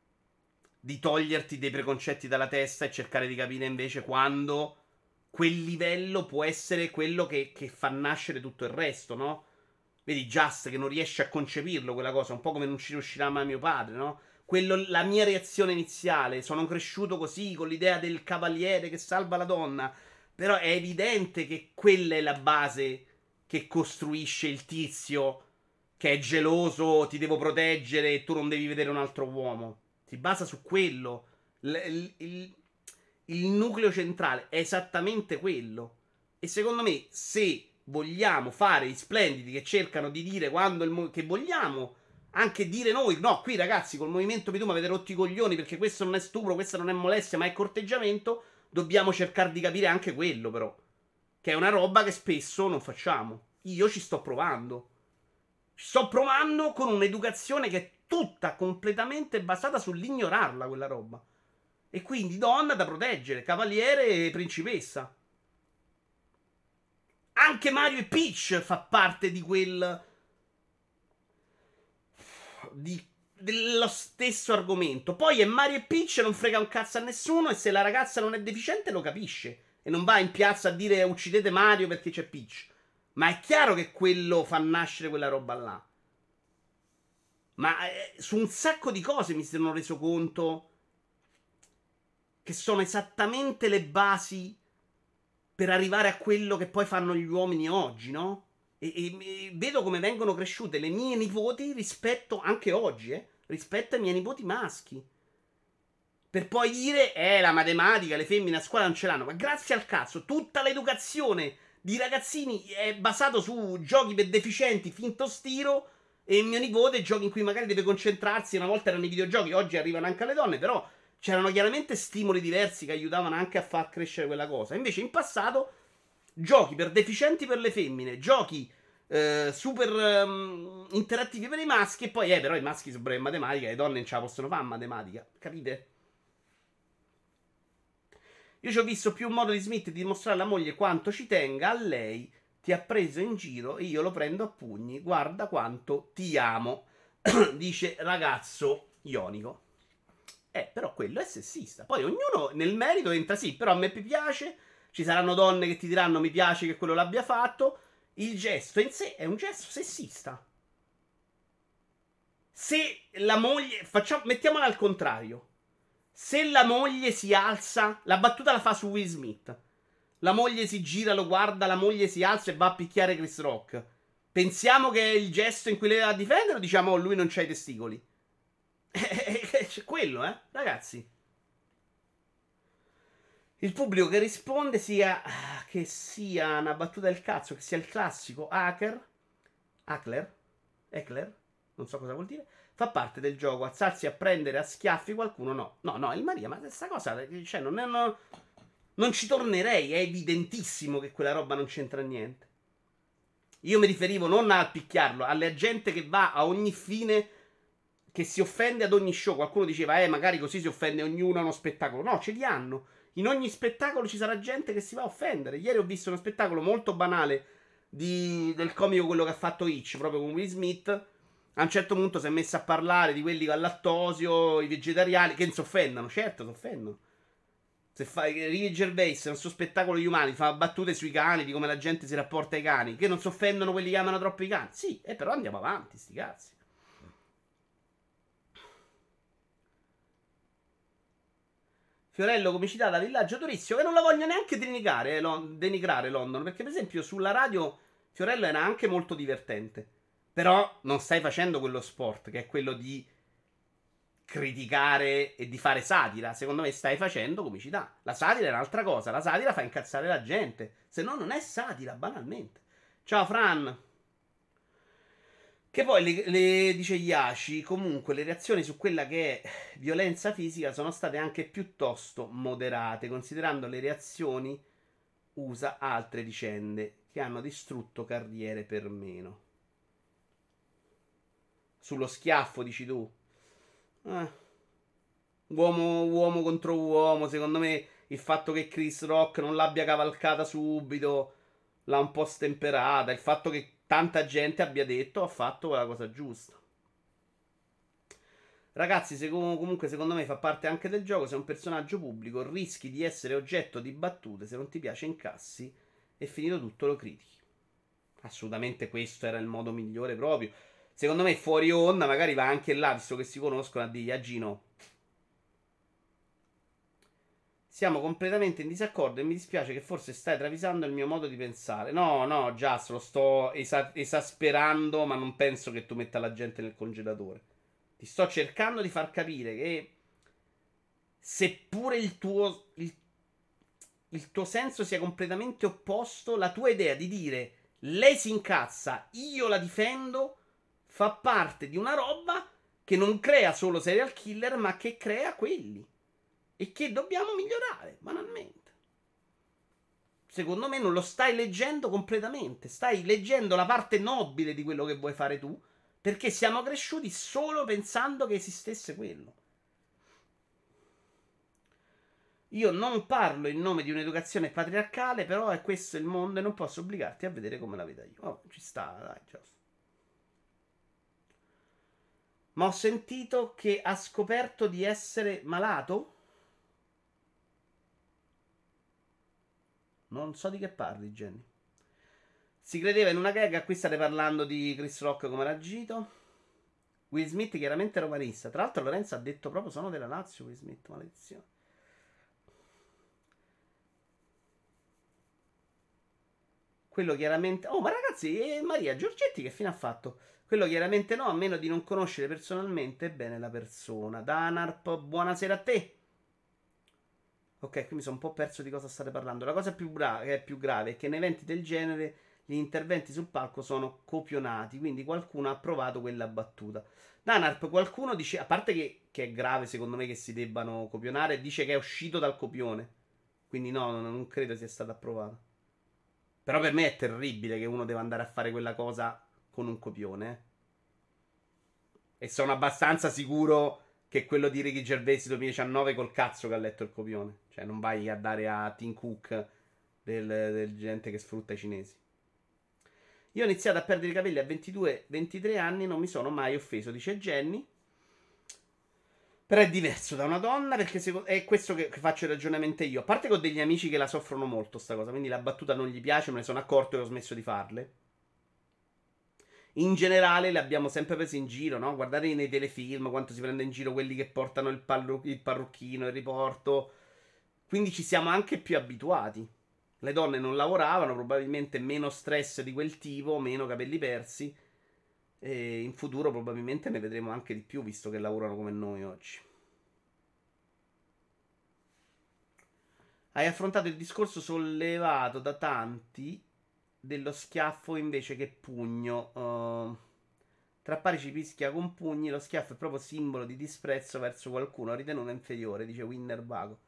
di toglierti dei preconcetti dalla testa e cercare di capire invece quando quel livello può essere quello che, che fa nascere tutto il resto, no? Vedi Just che non riesce a concepirlo quella cosa, un po' come non ci riuscirà mai mio padre, no? Quello, la mia reazione iniziale, sono cresciuto così, con l'idea del cavaliere che salva la donna, però è evidente che quella è la base che costruisce il tizio che è geloso, ti devo proteggere e tu non devi vedere un altro uomo. Si basa su quello. L- il, il- il nucleo centrale è esattamente quello. E secondo me, se vogliamo fare i splendidi che cercano di dire quando il mo- che vogliamo, anche dire noi, no, qui ragazzi, col movimento MeToo mi avete rotto i coglioni perché questo non è stupro, questa non è molestia, ma è corteggiamento, dobbiamo cercare di capire anche quello, però. Che è una roba che spesso non facciamo. Io ci sto provando. Ci sto provando con un'educazione che è tutta completamente basata sull'ignorarla, quella roba. E quindi donna da proteggere, cavaliere e principessa. Anche Mario e Peach fa parte di quel. Di, dello stesso argomento. Poi è Mario e Peach, non frega un cazzo a nessuno. E se la ragazza non è deficiente, lo capisce. E non va in piazza a dire uccidete Mario perché c'è Peach. Ma è chiaro che quello fa nascere quella roba là. Ma eh, su un sacco di cose mi sono reso conto che sono esattamente le basi per arrivare a quello che poi fanno gli uomini oggi, no? E, e- e vedo come vengono cresciute le mie nipoti rispetto, anche oggi, eh, rispetto ai miei nipoti maschi. Per poi dire, eh, la matematica, le femmine a scuola non ce l'hanno. Ma grazie al cazzo, tutta l'educazione di ragazzini è basato su giochi per deficienti, finto stiro. E mio nipote giochi in cui magari deve concentrarsi. Una volta erano i videogiochi, oggi arrivano anche alle donne. Però c'erano chiaramente stimoli diversi che aiutavano anche a far crescere quella cosa. Invece in passato, giochi per deficienti per le femmine, giochi eh, super ehm, interattivi per i maschi. E poi, eh, però i maschi sono bravi in matematica, le donne non ce la possono fare in matematica. Capite? Io ci ho visto più un modo di Smith di dimostrare alla moglie quanto ci tenga a lei. Ti ha preso in giro e io lo prendo a pugni. Guarda quanto ti amo. Dice ragazzo ionico. Eh, però quello è sessista. Poi ognuno nel merito entra, sì, però a me piace. Ci saranno donne che ti diranno mi piace che quello l'abbia fatto. Il gesto in sé è un gesto sessista. Se la moglie... Facciamo, mettiamola al contrario. Se la moglie si alza, la battuta la fa su Will Smith. La moglie si gira, lo guarda, la moglie si alza e va a picchiare Chris Rock. Pensiamo che è il gesto in cui lei va a difendere o diciamo oh, lui non c'ha i testicoli? C'è quello, eh, ragazzi. Il pubblico che risponde sia che sia una battuta del cazzo, che sia il classico hacker, hackler, hackler, non so cosa vuol dire, fa parte del gioco. Alzarsi a prendere a schiaffi qualcuno, no. No, no, il Maria, ma questa cosa, cioè, non, è, no, non ci tornerei, è evidentissimo che quella roba non c'entra niente. Io mi riferivo non a picchiarlo, alla gente che va a ogni fine, che si offende ad ogni show. Qualcuno diceva, eh, magari così si offende ognuno a uno spettacolo. No, ce li hanno. In ogni spettacolo ci sarà gente che si va a offendere. Ieri ho visto uno spettacolo molto banale di, del comico, quello che ha fatto Hitch, proprio con Will Smith. A un certo punto si è messo a parlare di quelli con il lattosio, i vegetariani, che non si offendono. Certo, si offendono. Se fai Ricky Gervais nel suo spettacolo Gli Umani fa battute sui cani, di come la gente si rapporta ai cani, che non si offendono quelli che amano troppo i cani. Sì, e eh, però andiamo avanti, sti cazzi. Fiorello comicità da villaggio turistico, e non la voglio neanche denigrare, eh, Lon- denigrare London, perché per esempio sulla radio Fiorello era anche molto divertente. Però non stai facendo quello sport, che è quello di criticare e di fare satira. Secondo me stai facendo comicità. La satira è un'altra cosa, la satira fa incazzare la gente, se no non è satira, banalmente. Ciao Fran. Che poi le, le- dice Yashi, comunque le reazioni su quella che è violenza fisica sono state anche piuttosto moderate, considerando le reazioni usa altre vicende che hanno distrutto carriere per meno. Sullo schiaffo, dici tu? Eh, uomo, uomo contro uomo, secondo me il fatto che Chris Rock non l'abbia cavalcata subito l'ha un po' stemperata. Il fatto che tanta gente abbia detto ha fatto la cosa giusta. Ragazzi, secondo, comunque secondo me fa parte anche del gioco. Sei un personaggio pubblico, rischi di essere oggetto di battute. Se non ti piace incassi e finito tutto lo critichi. Assolutamente questo era il modo migliore proprio. Secondo me fuori onda magari va anche là, visto che si conoscono, a dire a Gino siamo completamente in disaccordo e mi dispiace che forse stai travisando il mio modo di pensare. No, no, Just, lo sto esa- esasperando, ma non penso che tu metta la gente nel congelatore. Ti sto cercando di far capire che seppure il tuo, il, il tuo senso sia completamente opposto, la tua idea di dire lei si incazza, io la difendo, fa parte di una roba che non crea solo serial killer, ma che crea quelli. E che dobbiamo migliorare, banalmente. Secondo me non lo stai leggendo completamente. Stai leggendo la parte nobile di quello che vuoi fare tu. Perché siamo cresciuti solo pensando che esistesse quello. Io non parlo in nome di un'educazione patriarcale, però è questo il mondo e non posso obbligarti a vedere come la vedo io. Oh, ci sta, dai, giusto. Ma ho sentito che ha scoperto di essere malato? Non so di che parli, Jenny. Si credeva in una gag, a qui state parlando di Chris Rock come era agito. Will Smith chiaramente romanista. Tra l'altro Lorenzo ha detto proprio sono della Lazio Will Smith, maledizione. Quello chiaramente... Oh, ma ragazzi, e Maria Giorgetti che fine ha fatto? Quello chiaramente no, a meno di non conoscere personalmente bene la persona. Danarp, buonasera a te. Ok, qui mi sono un po' perso di cosa state parlando. La cosa più, bra- che è più grave è che in eventi del genere gli interventi sul palco sono copionati, quindi qualcuno ha provato quella battuta. Nanarp, qualcuno dice, a parte che, che è grave secondo me che si debbano copionare, dice che è uscito dal copione. Quindi no, non, non credo sia stato approvato. Però per me è terribile che uno deva andare a fare quella cosa con un copione. eh. E sono abbastanza sicuro che quello di Ricky Gervais duemiladiciannove col cazzo che ha letto il copione. Cioè, non vai a dare a Tim Cook del, del gente che sfrutta i cinesi. Io ho iniziato a perdere i capelli a ventidue ventitré anni e non mi sono mai offeso, dice Jenny. Però è diverso da una donna perché seco- è questo che, che faccio il ragionamento io. A parte che ho degli amici che la soffrono molto sta cosa, quindi la battuta non gli piace, me ne sono accorto e ho smesso di farle. In generale le abbiamo sempre prese in giro, no? Guardate nei telefilm quanto si prende in giro quelli che portano il, parru- il parrucchino, il riporto. Quindi ci siamo anche più abituati. Le donne non lavoravano, probabilmente meno stress di quel tipo, meno capelli persi. E in futuro probabilmente ne vedremo anche di più, visto che lavorano come noi oggi. Hai affrontato il discorso sollevato da tanti dello schiaffo invece che pugno. Uh, tra pari ci pischia con pugni, lo schiaffo è proprio simbolo di disprezzo verso qualcuno ritenuto inferiore, dice Winner Vago.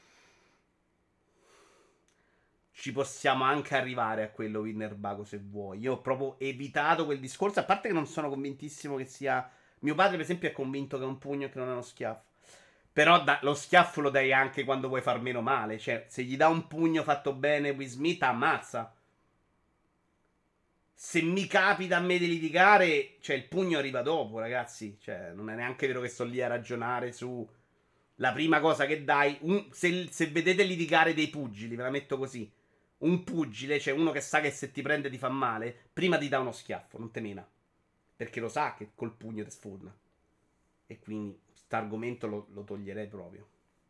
Ci possiamo anche arrivare a quello Winner Bago se vuoi. Io ho proprio evitato quel discorso. A parte che non sono convintissimo che sia. Mio padre, per esempio, è convinto che è un pugno e che non è uno schiaffo. Però da- lo schiaffo lo dai anche quando vuoi far meno male. Cioè, se gli dà un pugno fatto bene Will Smith, ammazza. Se mi capita a me di litigare, cioè il pugno arriva dopo, ragazzi. Cioè, non è neanche vero che sto lì a ragionare su. La prima cosa che dai. un- se, se vedete litigare dei pugili, ve la metto così. Un pugile, cioè uno che sa che se ti prende ti fa male, prima ti dà uno schiaffo, non te mena. Perché lo sa che col pugno ti sforna. E quindi questo argomento lo, lo toglierei proprio.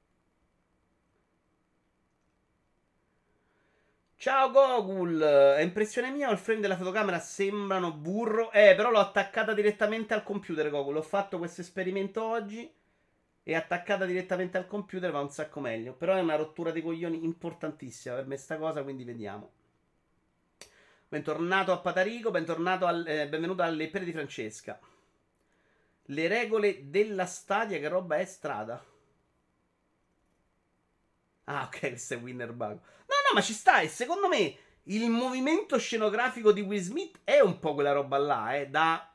Ciao Gogul, è impressione mia o il frame della fotocamera sembrano burro? Eh, però l'ho attaccata direttamente al computer, Gogul. Ho fatto questo esperimento oggi e attaccata direttamente al computer va un sacco meglio. Però è una rottura di coglioni importantissima per me sta cosa, quindi vediamo. Bentornato a Patarico, bentornato al, eh, benvenuto alle Pere di Francesca. Le regole della Stadia, che roba è strada? Ah, ok, questo è Winner Bug. No, no, ma ci sta. E secondo me il movimento scenografico di Will Smith è un po' quella roba là, eh. Da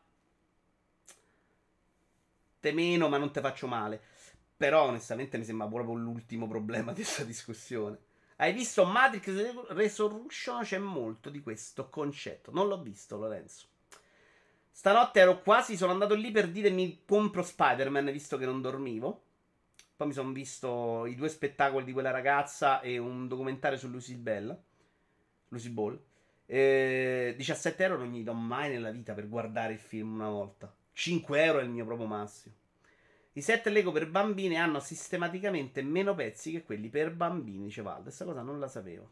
te meno, ma non te faccio male. Però, onestamente, mi sembra proprio l'ultimo problema di questa discussione. Hai visto Matrix Resurrection? C'è molto di questo concetto. Non l'ho visto, Lorenzo. Stanotte ero quasi, sono andato lì per dire mi compro Spider-Man, visto che non dormivo. Poi mi sono visto i due spettacoli di quella ragazza e un documentario su Lucy Bell. Lucy Ball. Eh, diciassette euro non gli do mai nella vita per guardare il film una volta. cinque euro è il mio proprio massimo. I set Lego per bambini hanno sistematicamente meno pezzi che quelli per bambini, dice Valdo. Questa cosa non la sapevo.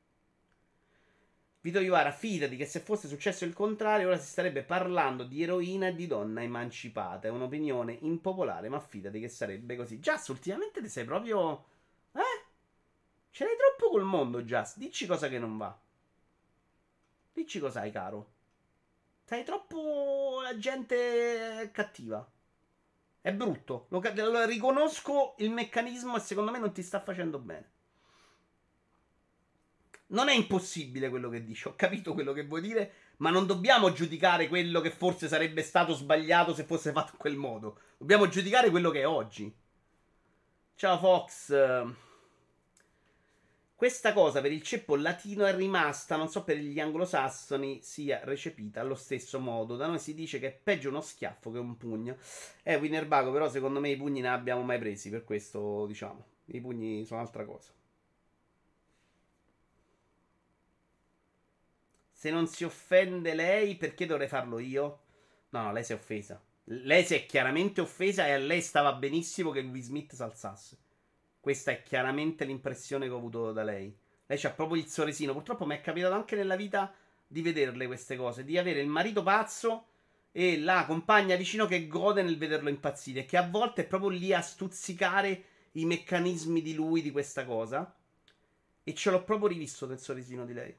Vito Iovara, fidati che se fosse successo il contrario, ora si starebbe parlando di eroina e di donna emancipata. È un'opinione impopolare, ma fidati che sarebbe così. Just, ultimamente ti sei proprio. Eh? Ce l'hai troppo col mondo, Just. Dici cosa che non va. Dici cos'hai, caro. Sei troppo la gente cattiva. È brutto. Lo, lo riconosco il meccanismo e secondo me non ti sta facendo bene. Non è impossibile quello che dici, ho capito quello che vuoi dire, ma non dobbiamo giudicare quello che forse sarebbe stato sbagliato se fosse fatto in quel modo. Dobbiamo giudicare quello che è oggi. Ciao Fox. Questa cosa per il ceppo latino è rimasta, non so per gli anglosassoni sia recepita allo stesso modo. Da noi si dice che è peggio uno schiaffo che un pugno. Eh, Winnerbago, però secondo me i pugni ne abbiamo mai presi, per questo diciamo. I pugni sono altra cosa. Se non si offende lei, perché dovrei farlo io? No, no, lei si è offesa. Lei si è chiaramente offesa e a lei stava benissimo che Will Smith s'alzasse. Questa è chiaramente l'impressione che ho avuto da lei. Lei c'ha proprio il sorrisino. Purtroppo mi è capitato anche nella vita di vederle queste cose, di avere il marito pazzo e la compagna vicino che gode nel vederlo impazzire, e che a volte è proprio lì a stuzzicare i meccanismi di lui, di questa cosa. E ce l'ho proprio rivisto nel sorrisino di lei.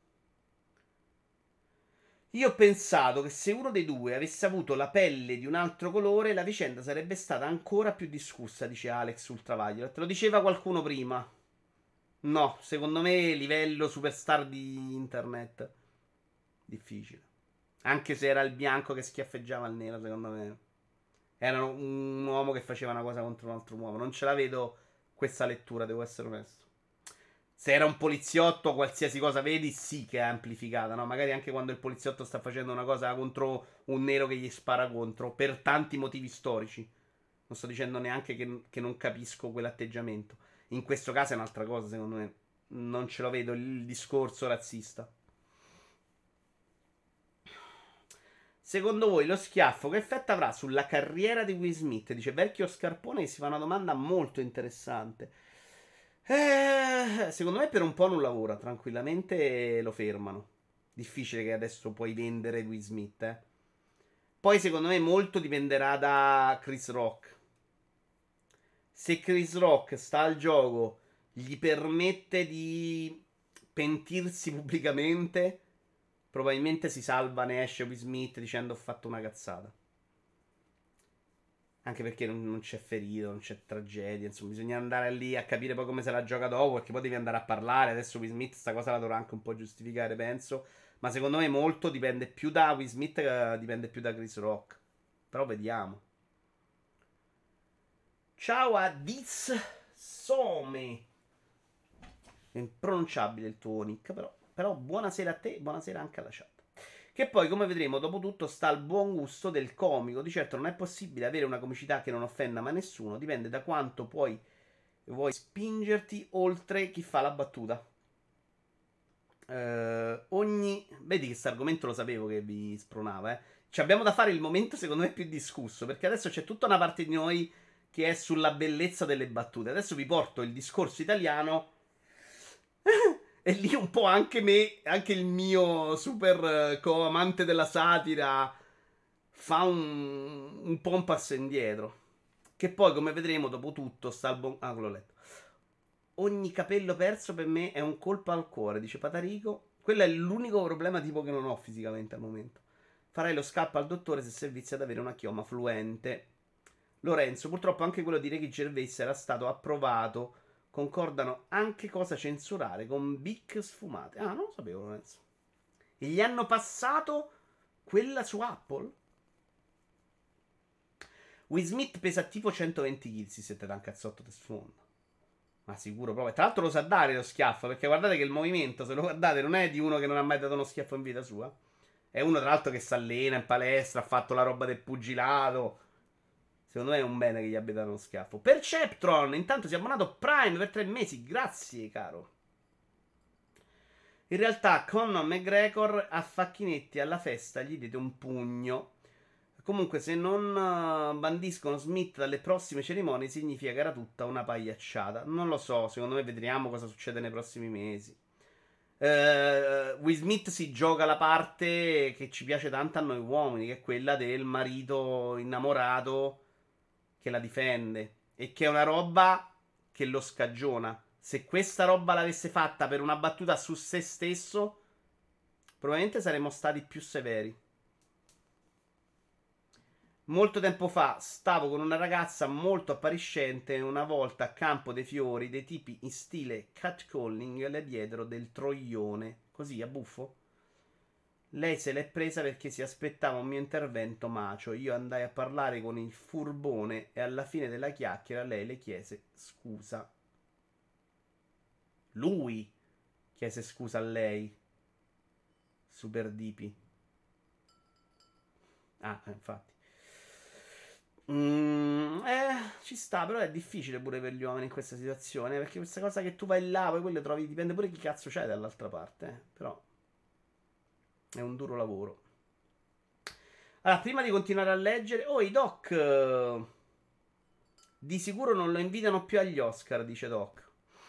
Io ho pensato che se uno dei due avesse avuto la pelle di un altro colore, la vicenda sarebbe stata ancora più discussa, dice Alex Ultraviolet. Te lo diceva qualcuno prima. No, secondo me livello superstar di internet. Difficile. Anche se era il bianco che schiaffeggiava il nero, secondo me. Era un uomo che faceva una cosa contro un altro uomo. Non ce la vedo questa lettura, devo essere onesto. Se era un poliziotto, qualsiasi cosa vedi, sì che è amplificata, no? Magari anche quando il poliziotto sta facendo una cosa contro un nero che gli spara contro, per tanti motivi storici. Non sto dicendo neanche che, che non capisco quell'atteggiamento. In questo caso è un'altra cosa, secondo me. Non ce lo vedo il discorso razzista. Secondo voi lo schiaffo che effetto avrà sulla carriera di Will Smith? Dice Vecchio Scarpone, che si fa una domanda molto interessante. Eh, secondo me per un po' non lavora, tranquillamente lo fermano. Difficile che adesso puoi vendere Will Smith, eh. Poi secondo me molto dipenderà da Chris Rock. Se Chris Rock sta al gioco, gli permette di pentirsi pubblicamente, probabilmente si salva, ne esce Will Smith dicendo ho fatto una cazzata. Anche perché non, non c'è ferito, non c'è tragedia. Insomma, bisogna andare lì a capire poi come se la gioca dopo. Perché poi devi andare a parlare. Adesso Will Smith sta cosa la dovrà anche un po' giustificare, penso. Ma secondo me molto dipende più da Will Smith che dipende più da Chris Rock. Però vediamo. Ciao a Diz Some. È impronunciabile il tuo nick, però. Però buonasera a te e buonasera anche alla chat. Che poi, come vedremo, dopo tutto sta al buon gusto del comico. Di certo non è possibile avere una comicità che non offenda mai nessuno. Dipende da quanto poi vuoi spingerti oltre chi fa la battuta. Eh, ogni... Vedi che questo argomento lo sapevo che vi spronava, eh. Ci abbiamo da fare il momento, secondo me, più discusso. Perché adesso c'è tutta una parte di noi che è sulla bellezza delle battute. Adesso vi porto il discorso italiano. E lì un po' anche me, anche il mio super eh, co-amante della satira fa un, un po' un passo indietro. Che poi, come vedremo, dopo tutto, sta al buon... Ah, l'ho letto. Ogni capello perso per me è un colpo al cuore, dice Patarico. Quello è l'unico problema tipo che non ho fisicamente al momento. Farei lo scappo al dottore se servizi ad avere una chioma fluente. Lorenzo, purtroppo anche quello di Ricky Gervais era stato approvato. Concordano anche cosa censurare con Bic sfumate. Ah, non lo sapevo, Lorenzo. E gli hanno passato quella su Apple? Will Smith pesa tipo centoventi chili, si sente da un cazzotto di sfondo. Ma sicuro proprio. Tra l'altro lo sa dare lo schiaffo, perché guardate che il movimento, se lo guardate, non è di uno che non ha mai dato uno schiaffo in vita sua. È uno, tra l'altro, che si allena in palestra, ha fatto la roba del pugilato. Secondo me è un bene che gli abbia dato uno schiaffo. Perceptron, intanto si è abbonato Prime per tre mesi. Grazie, caro. In realtà, Conor McGregor a Facchinetti alla festa gli diede un pugno. Comunque, se non uh, bandiscono Smith dalle prossime cerimonie, significa che era tutta una pagliacciata. Non lo so, secondo me vedremo cosa succede nei prossimi mesi. Uh, Will Smith si gioca la parte che ci piace tanto a noi uomini, che è quella del marito innamorato che la difende. E che è una roba che lo scagiona. Se questa roba l'avesse fatta per una battuta su se stesso, probabilmente saremmo stati più severi. Molto tempo fa stavo con una ragazza molto appariscente. Una volta a Campo dei Fiori, dei tipi in stile catcalling le diedero del troione. Così a buffo. Lei se l'è presa perché si aspettava un mio intervento macio. Io andai a parlare con il furbone e alla fine della chiacchiera lei le chiese scusa. Lui chiese scusa a lei. Super dipi. Ah, infatti. Mm, eh, ci sta, però è difficile pure per gli uomini in questa situazione. Perché questa cosa che tu vai là, poi quelle trovi, dipende pure chi cazzo c'è dall'altra parte. Eh. Però è un duro lavoro. Allora, prima di continuare a leggere, oh, i Doc eh, di sicuro non lo invitano più agli Oscar, dice Doc.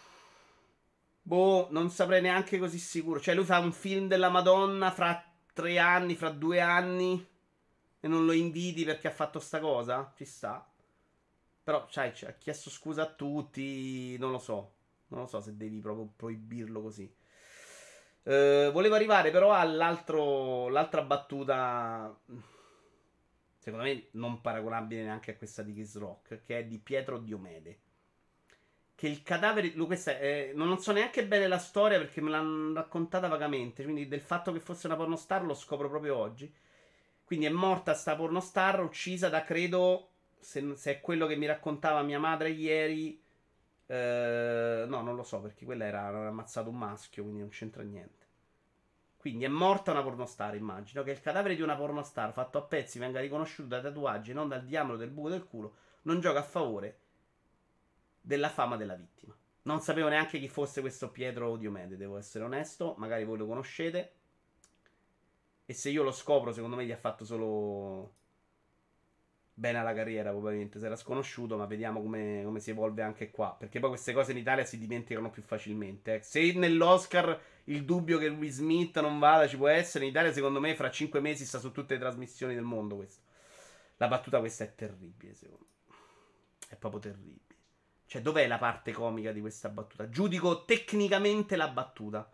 Boh, non saprei neanche così sicuro. Cioè, lui fa un film della Madonna fra tre anni, fra due anni, e non lo inviti perché ha fatto sta cosa? Ci sta. Però, sai, cioè, ha chiesto scusa a tutti. Non lo so. Non lo so se devi proprio proibirlo così. Eh, volevo arrivare però all'altro, l'altra battuta. Secondo me non paragonabile neanche a questa di Chris Rock, che è di Pietro Diomede. Che il cadavere. Lui, questa è, non so neanche bene la storia perché me l'hanno raccontata vagamente. Quindi del fatto che fosse una pornostar lo scopro proprio oggi. Quindi è morta sta pornostar, uccisa da credo. Se, se è quello che mi raccontava mia madre ieri. Eh, no, non lo so perché quella era. Aveva ammazzato un maschio, quindi non c'entra niente. Quindi è morta una pornostar, immagino. Che il cadavere di una pornostar fatto a pezzi venga riconosciuto da tatuaggi e non dal diavolo del buco del culo. Non gioca a favore della fama della vittima. Non sapevo neanche chi fosse questo Pietro Diomede, devo essere onesto. Magari voi lo conoscete. E se io lo scopro, secondo me gli ha fatto solo bene alla carriera, probabilmente. Se era sconosciuto, ma vediamo come, come si evolve anche qua. Perché poi queste cose in Italia si dimenticano più facilmente. Eh. Se nell'Oscar il dubbio che Will Smith non vada ci può essere, in Italia, secondo me, fra cinque mesi sta su tutte le trasmissioni del mondo. Questo. La battuta questa è terribile, secondo me. È proprio terribile. Cioè, dov'è la parte comica di questa battuta? Giudico tecnicamente la battuta.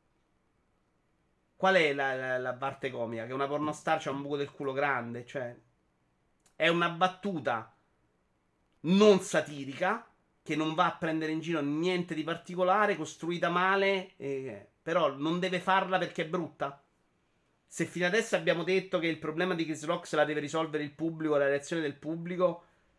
Qual è la, la, la parte comica? Che una pornostar c'ha un buco del culo grande? Cioè, è una battuta non satirica che non va a prendere in giro niente di particolare, costruita male, eh, però non deve farla perché è brutta. Se fino adesso abbiamo detto che il problema di Chris Rock se la deve risolvere il pubblico, la reazione del pubblico,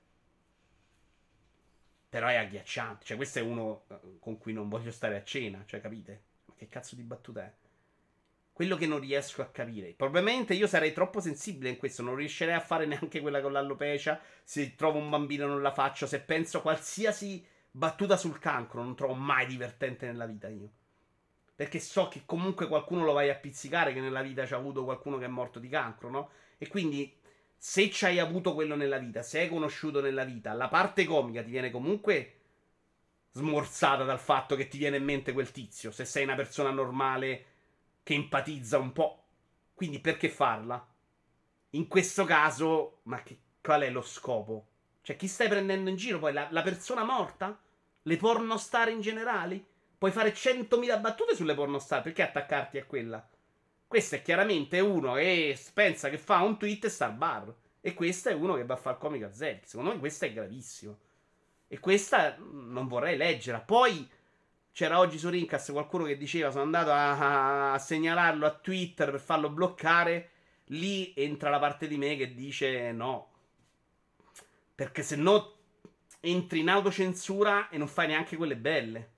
però è agghiacciante. Cioè, questo è uno con cui non voglio stare a cena. Cioè, capite? Ma che cazzo di battuta è? Quello che non riesco a capire. Probabilmente io sarei troppo sensibile in questo. Non riuscirei a fare neanche quella con l'alopecia. Se trovo un bambino non la faccio. Se penso a qualsiasi battuta sul cancro, non trovo mai divertente nella vita io. Perché so che comunque qualcuno lo vai a pizzicare. Che nella vita c'ha avuto qualcuno che è morto di cancro, no? E quindi se ci hai avuto quello nella vita, se hai conosciuto nella vita, la parte comica ti viene comunque smorzata dal fatto che ti viene in mente quel tizio. Se sei una persona normale che empatizza un po'. Quindi perché farla? In questo caso, ma che, qual è lo scopo? Cioè, chi stai prendendo in giro poi? La, la persona morta? Le pornostar in generale? Puoi fare centomila battute sulle pornostar, perché attaccarti a quella? Questo è chiaramente uno che pensa che fa un tweet e sta al bar. E questo è uno che va a fare il comico a zero. Secondo me questo è gravissimo. E questa non vorrei leggerla. Poi c'era oggi su Rincast qualcuno che diceva sono andato a, a segnalarlo a Twitter per farlo bloccare. Lì entra la parte di me che dice no. Perché se no entri in autocensura e non fai neanche quelle belle.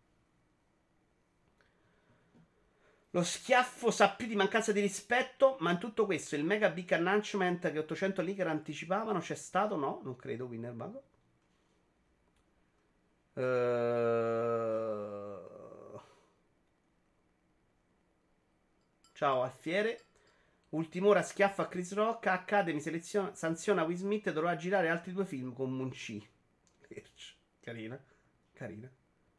Lo schiaffo sa più di mancanza di rispetto, ma in tutto questo il mega big announcement che ottocento leaker anticipavano c'è stato? No, non credo, Winner Vago. Uh... Ciao Alfiere. Ultim'ora schiaffo a Chris Rock. Academy seleziona, sanziona Will Smith e dovrà girare altri due film con Munci. Carina. Carina.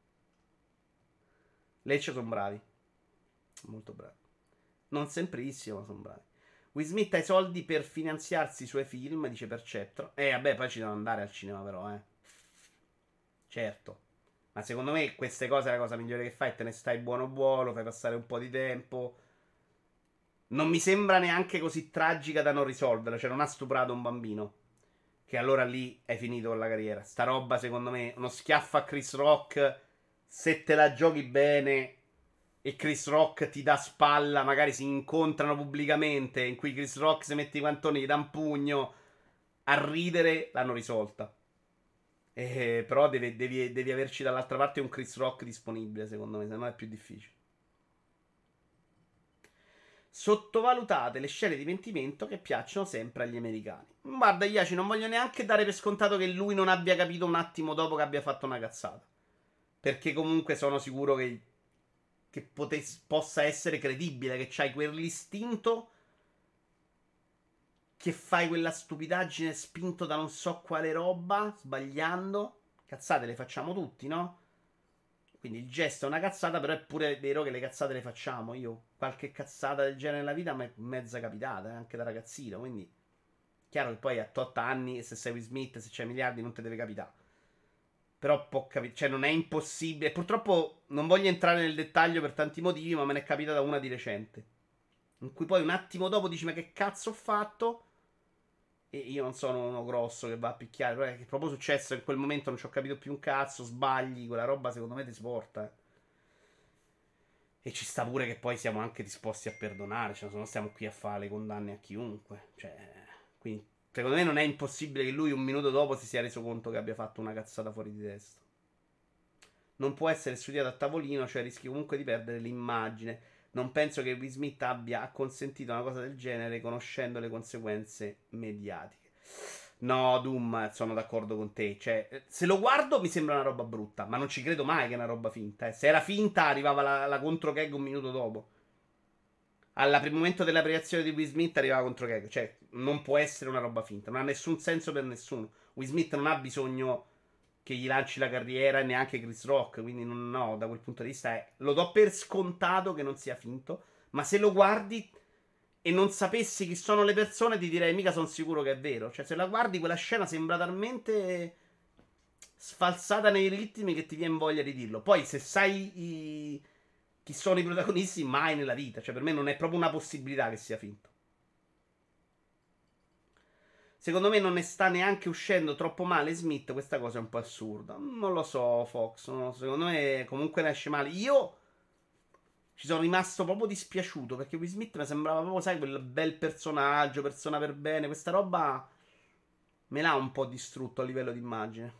Lecce sono bravi. Molto bravi. Non semprissimo, ma sono bravi. Will Smith ha i soldi per finanziarsi i suoi film, dice Perceptro. Eh, vabbè, poi ci devono andare al cinema, però, eh. Certo. Ma secondo me queste cose è la cosa migliore che fai. Te ne stai buono buono, fai passare un po' di tempo. Non mi sembra neanche così tragica da non risolverla. Cioè, non ha stuprato un bambino. Che allora lì hai finito con la carriera. Sta roba, secondo me, uno schiaffo a Chris Rock. Se te la giochi bene e Chris Rock ti dà spalla, magari si incontrano pubblicamente. In cui Chris Rock si mette i guantoni, gli dà un pugno. A ridere, l'hanno risolta. Eh, però devi, devi, devi averci dall'altra parte un Chris Rock disponibile, secondo me, se no è più difficile. Sottovalutate le scene di pentimento che piacciono sempre agli americani. Guarda, Iaci, non voglio neanche dare per scontato che lui non abbia capito un attimo dopo che abbia fatto una cazzata. Perché comunque sono sicuro che, che potes- possa essere credibile, che c'hai quell'istinto che fai quella stupidaggine spinto da non so quale roba, sbagliando. Cazzate le facciamo tutti, no? Quindi il gesto è una cazzata, però è pure vero che le cazzate le facciamo. Io qualche cazzata del genere nella vita mi è mezza capitata, eh, anche da ragazzino, quindi chiaro che poi a tot anni, se sei Will Smith, se c'hai miliardi, non ti deve capitare. Però può capire, cioè non è impossibile. Purtroppo non voglio entrare nel dettaglio per tanti motivi, ma me ne è capitata una di recente. In cui poi un attimo dopo dici, ma che cazzo ho fatto? E io non sono uno grosso che va a picchiare, però è che è proprio successo in quel momento, non ci ho capito più un cazzo, sbagli, quella roba secondo me ti sporta. Eh. E ci sta pure che poi siamo anche disposti a perdonare, cioè non stiamo qui a fare le condanne a chiunque. Cioè, quindi secondo me non è impossibile che lui un minuto dopo si sia reso conto che abbia fatto una cazzata fuori di testa. Non può essere studiato a tavolino, cioè rischi comunque di perdere l'immagine. Non penso che Will Smith abbia acconsentito a una cosa del genere conoscendo le conseguenze mediatiche. No, Doom, sono d'accordo con te. Cioè, se lo guardo mi sembra una roba brutta, ma non ci credo mai che è una roba finta. Eh. Se era finta arrivava la, la contro gag un minuto dopo. Al primo momento della creazione di Will Smith arrivava contro gag. Cioè, non può essere una roba finta. Non ha nessun senso per nessuno. Will Smith non ha bisogno che gli lanci la carriera e neanche Chris Rock. Quindi non, no, da quel punto di vista è, lo do per scontato che non sia finto. Ma se lo guardi e non sapessi chi sono le persone, ti direi mica sono sicuro che è vero. Cioè, se la guardi, quella scena sembra talmente sfalsata nei ritmi che ti viene voglia di dirlo. Poi, se sai i... chi sono i protagonisti, mai nella vita. Cioè, per me non è proprio una possibilità che sia finto. Secondo me non ne sta neanche uscendo troppo male Smith. Questa cosa è un po' assurda. Non lo so, Fox. No? Secondo me comunque ne esce male. Io ci sono rimasto proprio dispiaciuto perché Will Smith mi sembrava proprio, sai, quel bel personaggio, persona per bene. Questa roba me l'ha un po' distrutto a livello di immagine.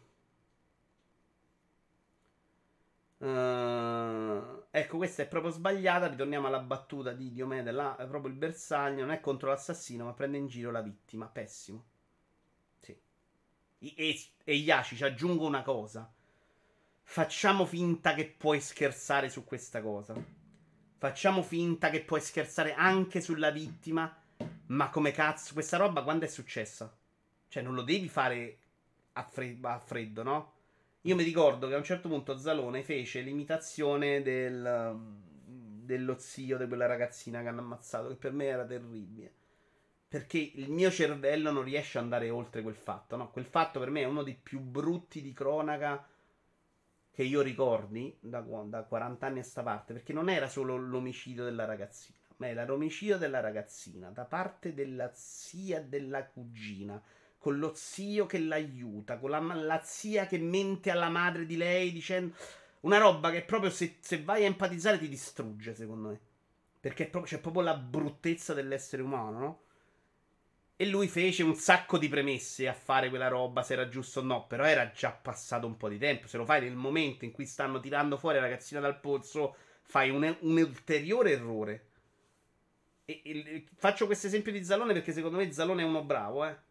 Uh, ecco, questa è proprio sbagliata. Ritorniamo alla battuta di Diomede. Là è proprio il bersaglio. Non è contro l'assassino, ma prende in giro la vittima. Pessimo. Sì. E, e Yaci, ci aggiungo una cosa. Facciamo finta che puoi scherzare su questa cosa. Facciamo finta che puoi scherzare anche sulla vittima. Ma come cazzo, questa roba quando è successa? Cioè, non lo devi fare a, fre- a freddo, no? Io mi ricordo che a un certo punto Zalone fece l'imitazione del, dello zio di quella ragazzina che hanno ammazzato, che per me era terribile. Perché il mio cervello non riesce ad andare oltre quel fatto, no? Quel fatto per me è uno dei più brutti di cronaca che io ricordi da, da quaranta anni a sta parte, perché non era solo l'omicidio della ragazzina, ma era l'omicidio della ragazzina da parte della zia della cugina, con lo zio che l'aiuta, con la, la zia che mente alla madre di lei dicendo una roba che proprio se, se vai a empatizzare ti distrugge, secondo me. Perché proprio, c'è proprio la bruttezza dell'essere umano, no? E lui fece un sacco di premesse a fare quella roba, se era giusto o no. Però era già passato un po' di tempo. Se lo fai nel momento in cui stanno tirando fuori la ragazzina dal pozzo, fai un, un ulteriore errore. E, e, faccio questo esempio di Zalone perché secondo me Zalone è uno bravo, eh.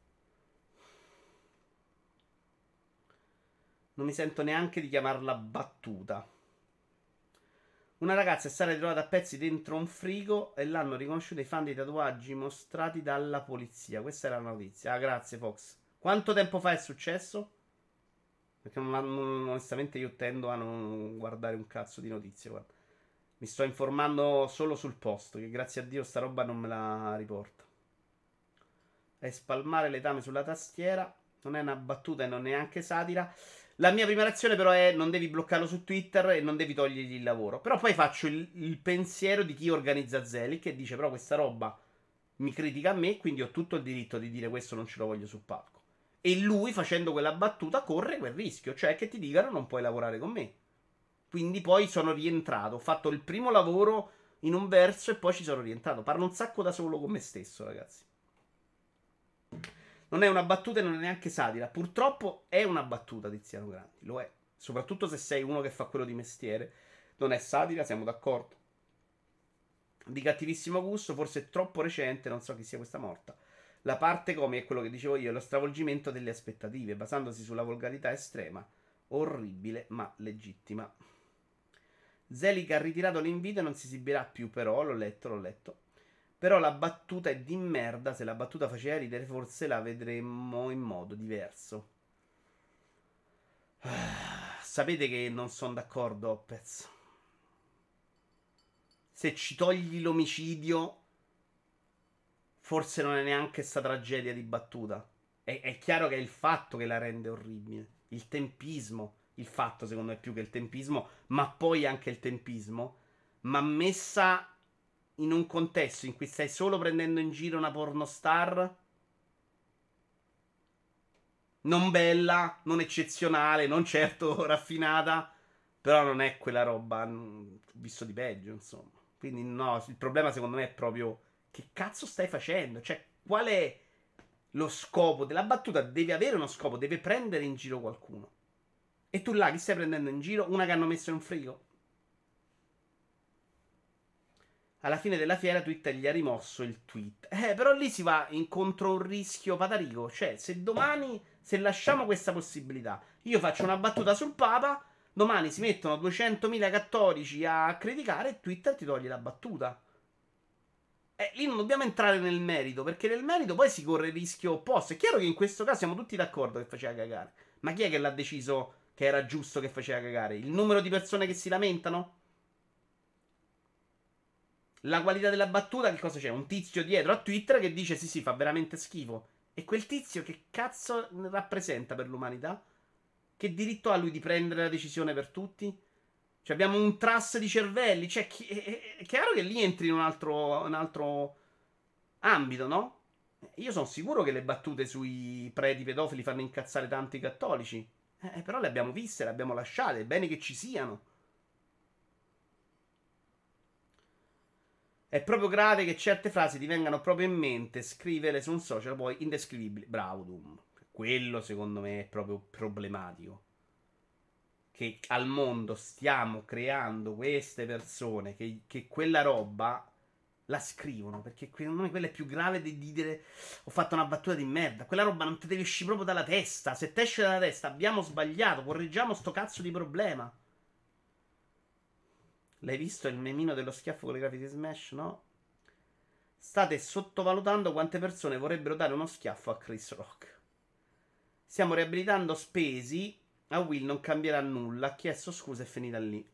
Non mi sento neanche di chiamarla battuta. Una ragazza è stata ritrovata a pezzi dentro un frigo e l'hanno riconosciuta i fan dei tatuaggi mostrati dalla polizia. Questa era la notizia. Ah, grazie, Fox. Quanto tempo fa è successo? Perché non, non, onestamente io tendo a non guardare un cazzo di notizie. Guarda. Mi sto informando solo sul post, che grazie a Dio sta roba non me la riporta. È spalmare letame sulla tastiera. Non è una battuta e non è neanche satira. La mia prima reazione però è non devi bloccarlo su Twitter e non devi togliergli il lavoro. Però poi faccio il, il pensiero di chi organizza Zelig che dice però questa roba mi critica a me, quindi ho tutto il diritto di dire questo non ce lo voglio sul palco. E lui facendo quella battuta corre quel rischio, cioè che ti dicano non puoi lavorare con me. Quindi poi sono rientrato, ho fatto il primo lavoro in un verso e poi ci sono rientrato. Parlo un sacco da solo con me stesso, ragazzi. Non è una battuta e non è neanche satira. Purtroppo è una battuta, Tiziano Grandi. Lo è. Soprattutto se sei uno che fa quello di mestiere. Non è satira, siamo d'accordo. Di cattivissimo gusto, forse troppo recente, non so chi sia questa morta. La parte comica è quello che dicevo io, è lo stravolgimento delle aspettative, basandosi sulla volgarità estrema. Orribile, ma legittima. Zelig ha ritirato l'invito e non si esibirà più, però, l'ho letto, l'ho letto. Però la battuta è di merda. Se la battuta faceva ridere, forse la vedremmo in modo diverso. Ah, sapete che non sono d'accordo, Opez. Se ci togli l'omicidio, forse non è neanche sta tragedia di battuta. È, è chiaro che è il fatto che la rende orribile. Il tempismo. Il fatto, secondo me, più che il tempismo, ma poi anche il tempismo. Ma messa in un contesto in cui stai solo prendendo in giro una pornostar non bella, non eccezionale, non certo raffinata, però non è quella roba. Ho visto di peggio, insomma. Quindi no, il problema secondo me è proprio che cazzo stai facendo? Cioè, qual è lo scopo della battuta? Deve avere uno scopo, deve prendere in giro qualcuno. E tu là chi stai prendendo in giro? Una che hanno messo in un frigo? Alla fine della fiera Twitter gli ha rimosso il tweet. Eh, però lì si va incontro a un rischio patarico. Cioè, se domani, se lasciamo questa possibilità, io faccio una battuta sul Papa, domani si mettono duecentomila cattolici a criticare e Twitter ti toglie la battuta. Eh, lì non dobbiamo entrare nel merito, perché nel merito poi si corre il rischio opposto. È chiaro che in questo caso siamo tutti d'accordo che faceva cagare. Ma chi è che l'ha deciso che era giusto che faceva cagare? Il numero di persone che si lamentano? La qualità della battuta, che cosa c'è? Un tizio dietro a Twitter che dice sì sì, fa veramente schifo. E quel tizio che cazzo rappresenta per l'umanità? Che diritto ha lui di prendere la decisione per tutti? Cioè abbiamo un trust di cervelli. Cioè, chi- è, è chiaro che lì entri in un altro, un altro ambito, no? Io sono sicuro che le battute sui preti pedofili fanno incazzare tanti cattolici. Eh, però le abbiamo viste, le abbiamo lasciate. È bene che ci siano. È proprio grave che certe frasi ti vengano proprio in mente, scrivere su un social poi indescrivibili. Bravo, Doom. Quello secondo me è proprio problematico. Che al mondo stiamo creando queste persone che, che quella roba la scrivono. Perché secondo me quella è più grave di dire ho fatto una battuta di merda. Quella roba non ti deve uscire proprio dalla testa. Se te esce dalla testa abbiamo sbagliato, correggiamo sto cazzo di problema. L'hai visto il memino dello schiaffo con le grafiche Smash? No? State sottovalutando quante persone vorrebbero dare uno schiaffo a Chris Rock. Stiamo riabilitando Spesi. A Will non cambierà nulla. Ha chiesto scusa e è finita lì.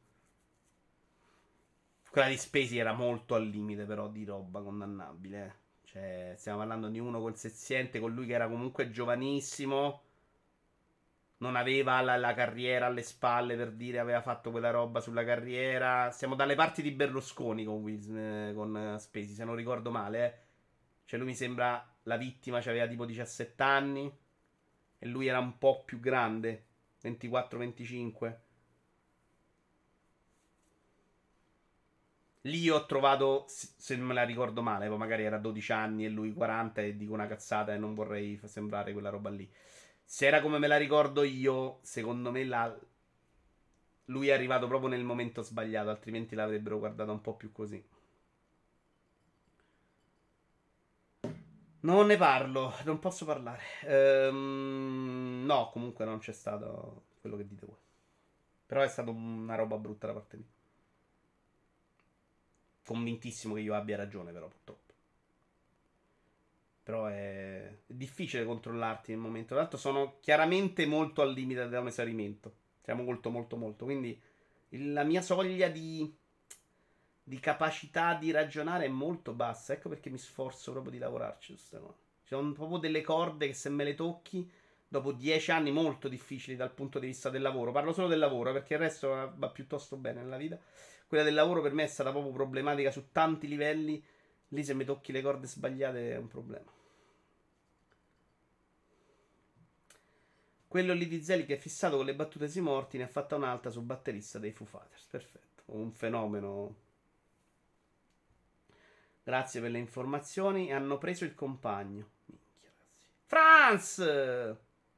Quella di Spesi era molto al limite, però, di roba condannabile. Eh. Cioè, stiamo parlando di uno col seziente, con lui che era comunque giovanissimo. Non aveva la, la carriera alle spalle per dire aveva fatto quella roba sulla carriera. Siamo dalle parti di Berlusconi con, Wiz, eh, con eh, Spesi, se non ricordo male. Eh. Cioè lui mi sembra la vittima, aveva tipo diciassette anni e lui era un po' più grande, ventiquattro venticinque. Lì ho trovato, se me la ricordo male, poi magari era dodici anni e lui quaranta e dico una cazzata e non vorrei far sembrare quella roba lì. Se era come me la ricordo io, secondo me la... lui è arrivato proprio nel momento sbagliato, altrimenti l'avrebbero guardata un po' più così. Non ne parlo, non posso parlare. Ehm, no, comunque non c'è stato quello che dite voi. Però è stata una roba brutta da parte mia. Convintissimo che io abbia ragione, però, purtroppo. Però è, è difficile controllarti nel momento. Tra l'altro sono chiaramente molto al limite dell'esaurimento. Siamo molto, molto, molto. Quindi il- la mia soglia di, di capacità di ragionare è molto bassa. Ecco perché mi sforzo proprio di lavorarci su questa cosa. Ci sono proprio delle corde che se me le tocchi, dopo dieci anni molto difficili dal punto di vista del lavoro, parlo solo del lavoro perché il resto va, va piuttosto bene nella vita. Quella del lavoro per me è stata proprio problematica su tanti livelli. Lì se mi tocchi le corde sbagliate è un problema. Quello lì di Zeli che è fissato con le battute sui morti ne ha fatta un'altra sul batterista dei Foo Fighters. Perfetto, un fenomeno. Grazie per le informazioni. Hanno preso il compagno. Minchia, ragazzi. Franz!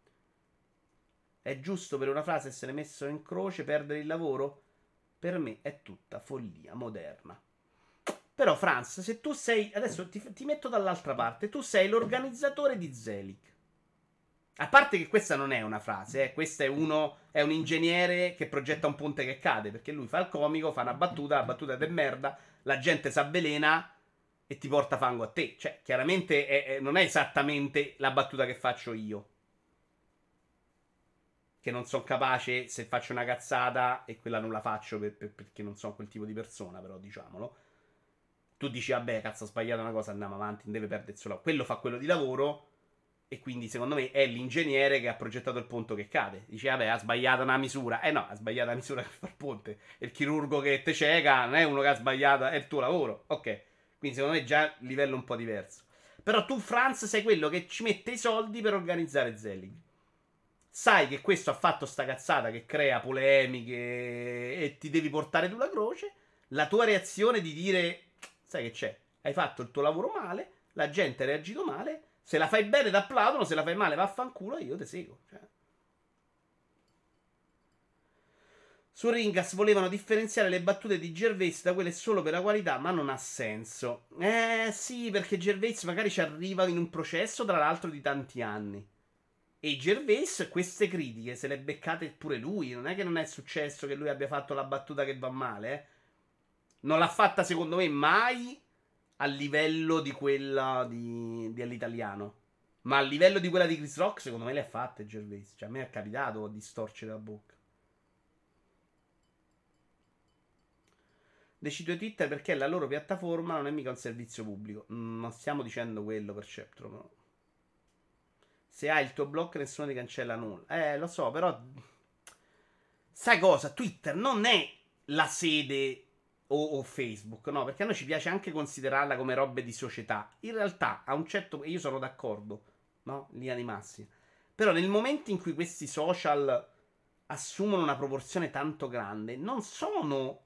È giusto per una frase essere messo in croce, perdere il lavoro? Per me è tutta follia moderna. Però, Franz, se tu sei. Adesso ti, ti metto dall'altra parte. Tu sei l'organizzatore di Zelig. A parte che questa non è una frase, eh. Questo è uno. È un ingegnere che progetta un ponte che cade. Perché lui fa il comico, fa una battuta, la battuta è de merda, la gente si avvelena e ti porta fango a te. Cioè, chiaramente è, è, non è esattamente la battuta che faccio io. Che non sono capace se faccio una cazzata e quella non la faccio per, per, perché non sono quel tipo di persona, però diciamolo. Tu dici, vabbè, cazzo, ho sbagliato una cosa, andiamo avanti, non deve perdere solo. Quello fa quello di lavoro e quindi secondo me è l'ingegnere che ha progettato il ponte che cade. Dici, vabbè, ha sbagliato una misura. Eh no, ha sbagliato la misura per fare il ponte. E il chirurgo che te cieca non è uno che ha sbagliato, è il tuo lavoro. Ok. Quindi secondo me è già livello un po' diverso. Però tu, Franz, sei quello che ci mette i soldi per organizzare Zelig. Sai che questo ha fatto sta cazzata che crea polemiche e ti devi portare tu la croce. La tua reazione di dire, sai che c'è, hai fatto il tuo lavoro male, la gente ha reagito male, se la fai bene ti applaudono, se la fai male vaffanculo e io te seguo. Cioè. Su Ringas volevano differenziare le battute di Gervais da quelle solo per la qualità, ma non ha senso. Eh sì, perché Gervais magari ci arriva in un processo, tra l'altro, di tanti anni. E Gervais queste critiche se le beccate pure lui. Non è che non è successo che lui abbia fatto la battuta che va male, eh. Non l'ha fatta secondo me mai a livello di quella di, di all'italiano. Ma a livello di quella di Chris Rock, secondo me le ha fatte Gervais. Cioè, a me è capitato di storcere la bocca. Decido Twitter perché la loro piattaforma non è mica un servizio pubblico. Mm, non stiamo dicendo quello per Sceptro, no. Se hai il tuo blocco nessuno ti cancella nulla. Eh, lo so, però... Sai cosa? Twitter non è la sede o, o Facebook, no? Perché a noi ci piace anche considerarla come robe di società. In realtà, a un certo... Io sono d'accordo, no? Linea di massima. Però nel momento in cui questi social assumono una proporzione tanto grande, non sono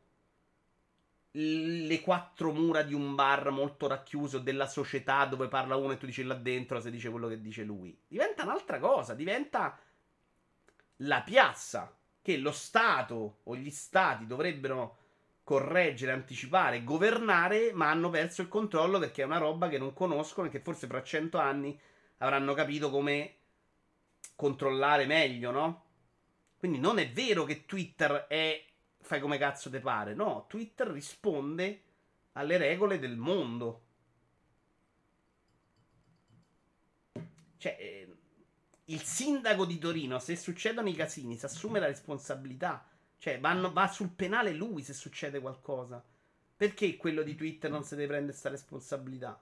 le quattro mura di un bar molto racchiuso della società dove parla uno e tu dici là dentro se dice quello che dice lui. Diventa un'altra cosa, diventa la piazza che lo Stato o gli Stati dovrebbero correggere, anticipare, governare, ma hanno perso il controllo perché è una roba che non conoscono e che forse fra cento anni avranno capito come controllare meglio, no? Quindi non è vero che Twitter è fai come cazzo te pare. No, Twitter risponde alle regole del mondo. Cioè, eh, il sindaco di Torino, se succedono i casini, si assume la responsabilità. Cioè, vanno, va sul penale lui se succede qualcosa. Perché quello di Twitter non se deve prendere questa responsabilità?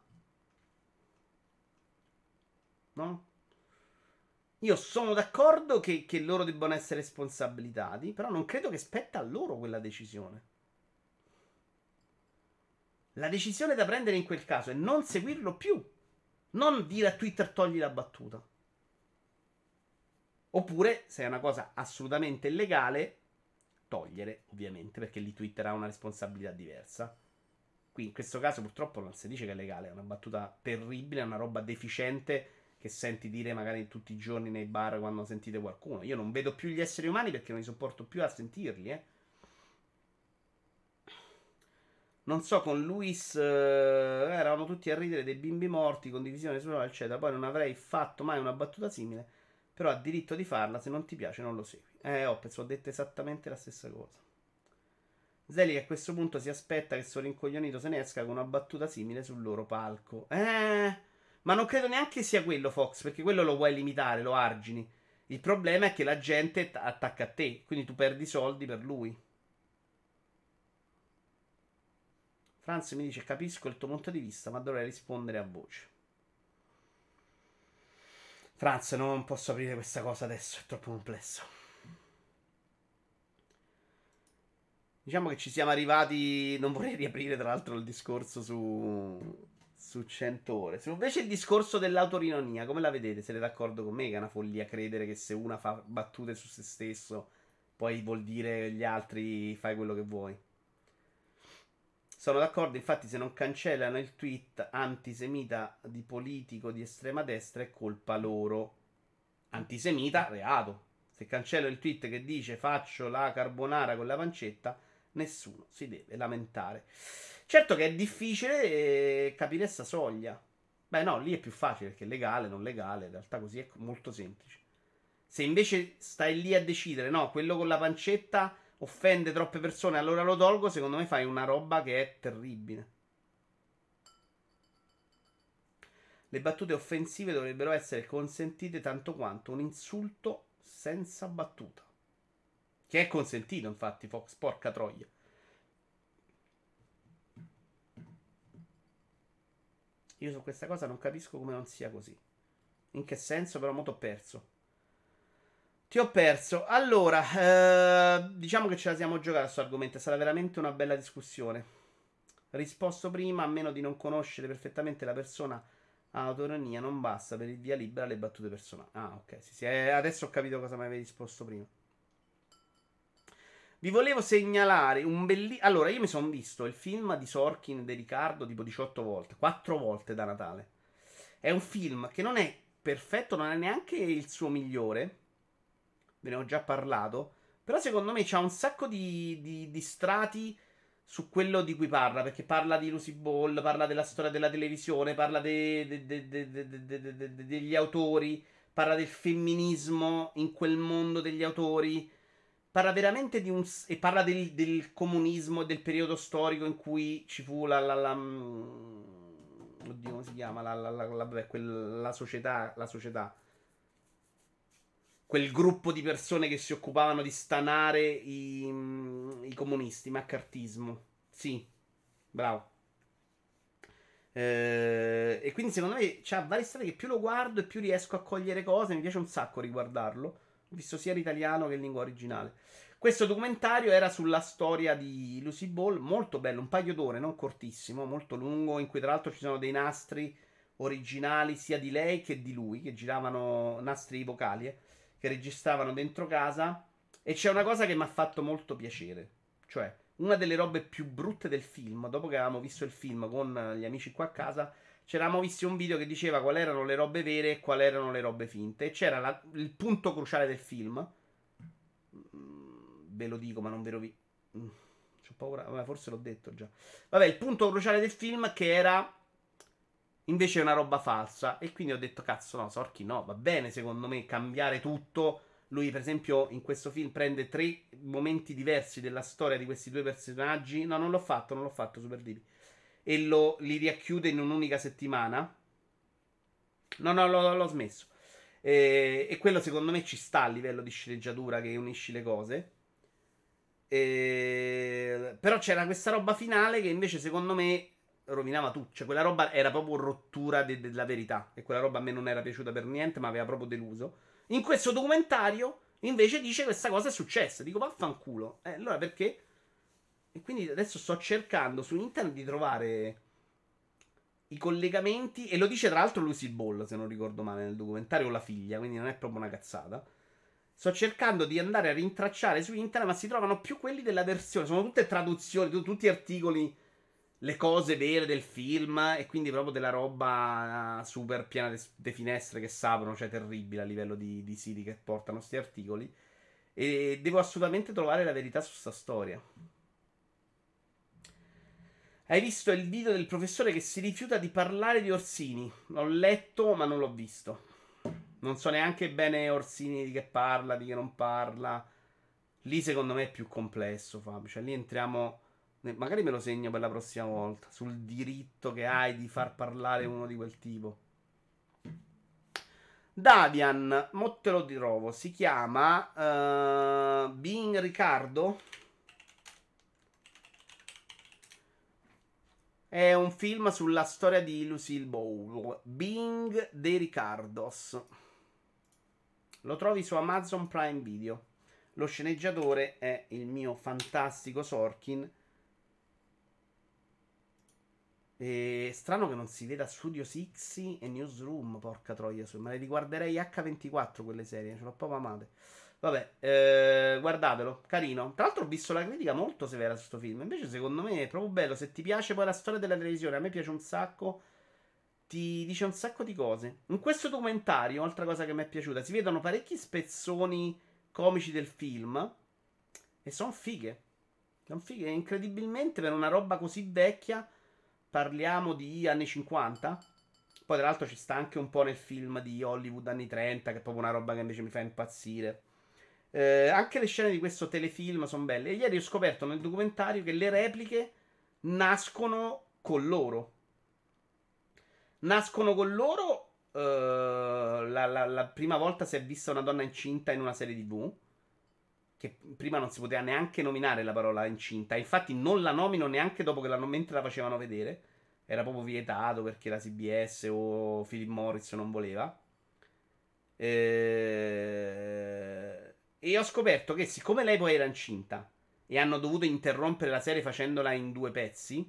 No? Io sono d'accordo che, che loro debbano essere responsabilizzati, però non credo che spetta a loro quella decisione. La decisione da prendere in quel caso è non seguirlo più. Non dire a Twitter togli la battuta. Oppure, se è una cosa assolutamente illegale, togliere, ovviamente, perché lì Twitter ha una responsabilità diversa. Qui in questo caso purtroppo non si dice che è legale, è una battuta terribile, è una roba deficiente che senti dire magari tutti i giorni nei bar quando sentite qualcuno. Io non vedo più gli esseri umani perché non li sopporto più a sentirli, eh. Non so, con Luis eh, eravamo tutti a ridere dei bimbi morti, condivisione sulla eccetera. Poi non avrei fatto mai una battuta simile, però ha diritto di farla, se non ti piace non lo segui. Eh, ho penso, ho detto esattamente la stessa cosa. Zelig a questo punto si aspetta che sto rincoglionito se ne esca con una battuta simile sul loro palco. Eh, ma non credo neanche sia quello, Fox, perché quello lo vuoi limitare, lo argini. Il problema è che la gente t- attacca a te, quindi tu perdi soldi per lui. Franz mi dice: capisco il tuo punto di vista, ma dovrei rispondere a voce. Franz, non posso aprire questa cosa adesso, è troppo complesso. Diciamo che ci siamo arrivati. Non vorrei riaprire, tra l'altro, il discorso su. Su cento ore. Se invece il discorso dell'autorironia, come la vedete? Siete d'accordo con me che è una follia credere che se una fa battute su se stesso, poi vuol dire agli altri fai quello che vuoi? Sono d'accordo, infatti, se non cancellano il tweet antisemita di politico di estrema destra è colpa loro. Antisemita, reato. Se cancello il tweet che dice faccio la carbonara con la pancetta, nessuno si deve lamentare. Certo che è difficile eh, capire sta soglia. Beh, no, lì è più facile perché è legale, non legale. In realtà così è molto semplice. Se invece stai lì a decidere, no, quello con la pancetta offende troppe persone, allora lo tolgo, secondo me fai una roba che è terribile. Le battute offensive dovrebbero essere consentite tanto quanto un insulto senza battuta. Che è consentito, infatti, Fox, porca troia. Io su questa cosa non capisco come non sia così. In che senso, però, mo t'ho perso. Ti ho perso. Allora, eh, diciamo che ce la siamo giocata su argomento. È stata veramente una bella discussione. Risposto prima, a meno di non conoscere perfettamente la persona a autoironia, non basta per il via libera le battute personali. Ah, ok. Sì, sì, eh, adesso ho capito cosa mi avevi risposto prima. Vi volevo segnalare un bellissimo. Allora, io mi sono visto il film di Sorkin e di Riccardo tipo diciotto volte, quattro volte da Natale. È un film che non è perfetto, non è neanche il suo migliore. Ve ne ho già parlato. Però secondo me c'ha un sacco di, di, di strati su quello di cui parla. Perché parla di Lucy Ball, parla della storia della televisione, parla de- de- de- de- de- de- de- de- de- de- degli autori, parla del femminismo in quel mondo degli autori. Parla veramente di un. E parla del, del comunismo e del periodo storico in cui ci fu la. la, la mm, oddio, come si chiama? La, la, la, la, vabbè, quel- la società. La società. Quel gruppo di persone che si occupavano di stanare i, mm, i comunisti, maccartismo. Sì, bravo. Eh, e quindi secondo me c'ha varie strade che più lo guardo e più riesco a cogliere cose. Mi piace un sacco riguardarlo. Ho visto sia l'italiano che in lingua originale. Questo documentario era sulla storia di Lucy Ball, molto bello, un paio d'ore, non cortissimo, molto lungo, in cui tra l'altro ci sono dei nastri originali sia di lei che di lui, che giravano nastri vocali, eh, che registravano dentro casa. E c'è una cosa che mi ha fatto molto piacere, cioè una delle robe più brutte del film, dopo che avevamo visto il film con gli amici qua a casa, ci eravamo visti un video che diceva quali erano le robe vere e quali erano le robe finte. E c'era la- il punto cruciale del film. Mm, Ve lo dico, ma non ve lo vi. Mm, C'ho paura. Vabbè, forse l'ho detto già. Vabbè, il punto cruciale del film che era invece una roba falsa. E quindi ho detto, cazzo, no, Sorky no, va bene secondo me cambiare tutto. Lui, per esempio, in questo film prende tre momenti diversi della storia di questi due personaggi. No, non l'ho fatto, non l'ho fatto, Super Divi. E lo, li riacchiude in un'unica settimana. No, no, l'ho, l'ho smesso. E, e quello secondo me ci sta a livello di sceneggiatura che unisci le cose. E... Però c'era questa roba finale che invece secondo me rovinava tutto. Cioè, quella roba era proprio rottura de- della verità. E quella roba a me non era piaciuta per niente, ma aveva proprio deluso. In questo documentario, invece, dice questa cosa è successa. Dico, vaffanculo. Eh, allora perché? E quindi adesso sto cercando su internet di trovare i collegamenti. E lo dice tra l'altro Lucy Ball, se non ricordo male, nel documentario con la figlia. Quindi non è proprio una cazzata. Sto cercando di andare a rintracciare su internet, ma si trovano più quelli della versione. Sono tutte traduzioni, tu- tutti articoli, le cose vere del film. E quindi proprio della roba super piena di finestre che s'aprono, cioè terribile a livello di, di siti che portano questi articoli. E devo assolutamente trovare la verità su sta storia. Hai visto il video del professore che si rifiuta di parlare di Orsini? L'ho letto, ma non l'ho visto. Non so neanche bene Orsini di che parla, di che non parla. Lì secondo me è più complesso, Fabio. Cioè lì entriamo. Magari me lo segno per la prossima volta. Sul diritto che hai di far parlare uno di quel tipo. Davian, mo te lo trovo. Si chiama uh, Being Riccardo. È un film sulla storia di Lucille Ball. Being dei Ricardos. Lo trovi su Amazon Prime Video. Lo sceneggiatore è il mio fantastico Sorkin. E strano che non si veda Studio Sixi e Newsroom, porca troia. Me le riguarderei acca ventiquattro quelle serie, ce l'ho proprio amate. Vabbè, eh, guardatelo, carino. Tra l'altro ho visto la critica molto severa su questo film. Invece secondo me è proprio bello. Se ti piace poi la storia della televisione, a me piace un sacco. Ti dice un sacco di cose. In questo documentario, un'altra cosa che mi è piaciuta, si vedono parecchi spezzoni comici del film. E sono fighe. Sono fighe. Incredibilmente per una roba così vecchia. Parliamo di anni cinquanta. Poi, tra l'altro, ci sta anche un po' nel film di Hollywood anni trenta, che è proprio una roba che invece mi fa impazzire. Eh, anche le scene di questo telefilm sono belle. E ieri ho scoperto nel documentario che le repliche nascono con loro. Nascono con loro. eh, la, la- la prima volta si è vista una donna incinta in una serie T V. Che prima non si poteva neanche nominare la parola incinta. Infatti, non la nomino neanche dopo che la, mentre la facevano vedere. Era proprio vietato perché la C B S o Philip Morris non voleva. Eh, E ho scoperto che siccome lei poi era incinta e hanno dovuto interrompere la serie facendola in due pezzi,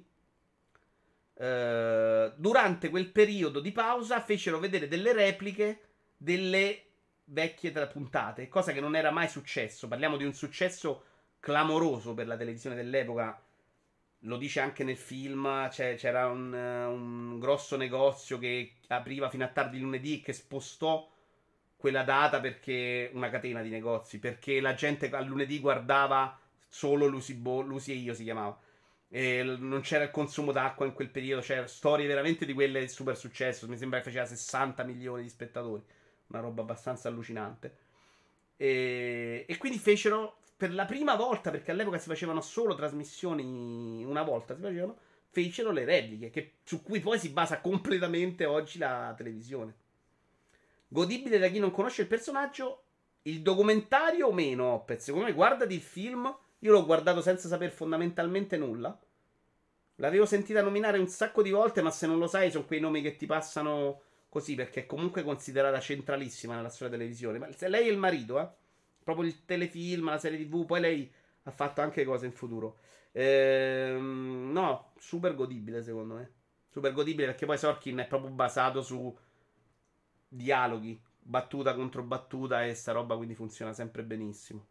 eh, durante quel periodo di pausa fecero vedere delle repliche delle vecchie tra- puntate, cosa che non era mai successo. Parliamo di un successo clamoroso per la televisione dell'epoca. Lo dice anche nel film. C'è- c'era un, eh, un grosso negozio che apriva fino a tardi lunedì e che spostò quella data perché una catena di negozi, perché la gente al lunedì guardava solo Lucy, Bo- Lucy e io si chiamava. E l- non c'era il consumo d'acqua in quel periodo, c'era storie veramente di quelle di super successo. Mi sembra che faceva sessanta milioni di spettatori, una roba abbastanza allucinante. E, e quindi fecero per la prima volta, perché all'epoca si facevano solo trasmissioni una volta, si facevano, fecero le repliche, che- su cui poi si basa completamente oggi la televisione. Godibile da chi non conosce il personaggio. Il documentario o meno, Opez. Secondo me, guardati il film. Io l'ho guardato senza sapere fondamentalmente nulla. L'avevo sentita nominare un sacco di volte, ma se non lo sai, sono quei nomi che ti passano così, perché è comunque considerata centralissima nella storia televisione. Ma se lei è il marito, eh? Proprio il telefilm, la serie T V, poi lei ha fatto anche cose in futuro. Ehm, no, super godibile secondo me. Super godibile perché poi Sorkin è proprio basato su dialoghi, battuta contro battuta e sta roba quindi funziona sempre benissimo.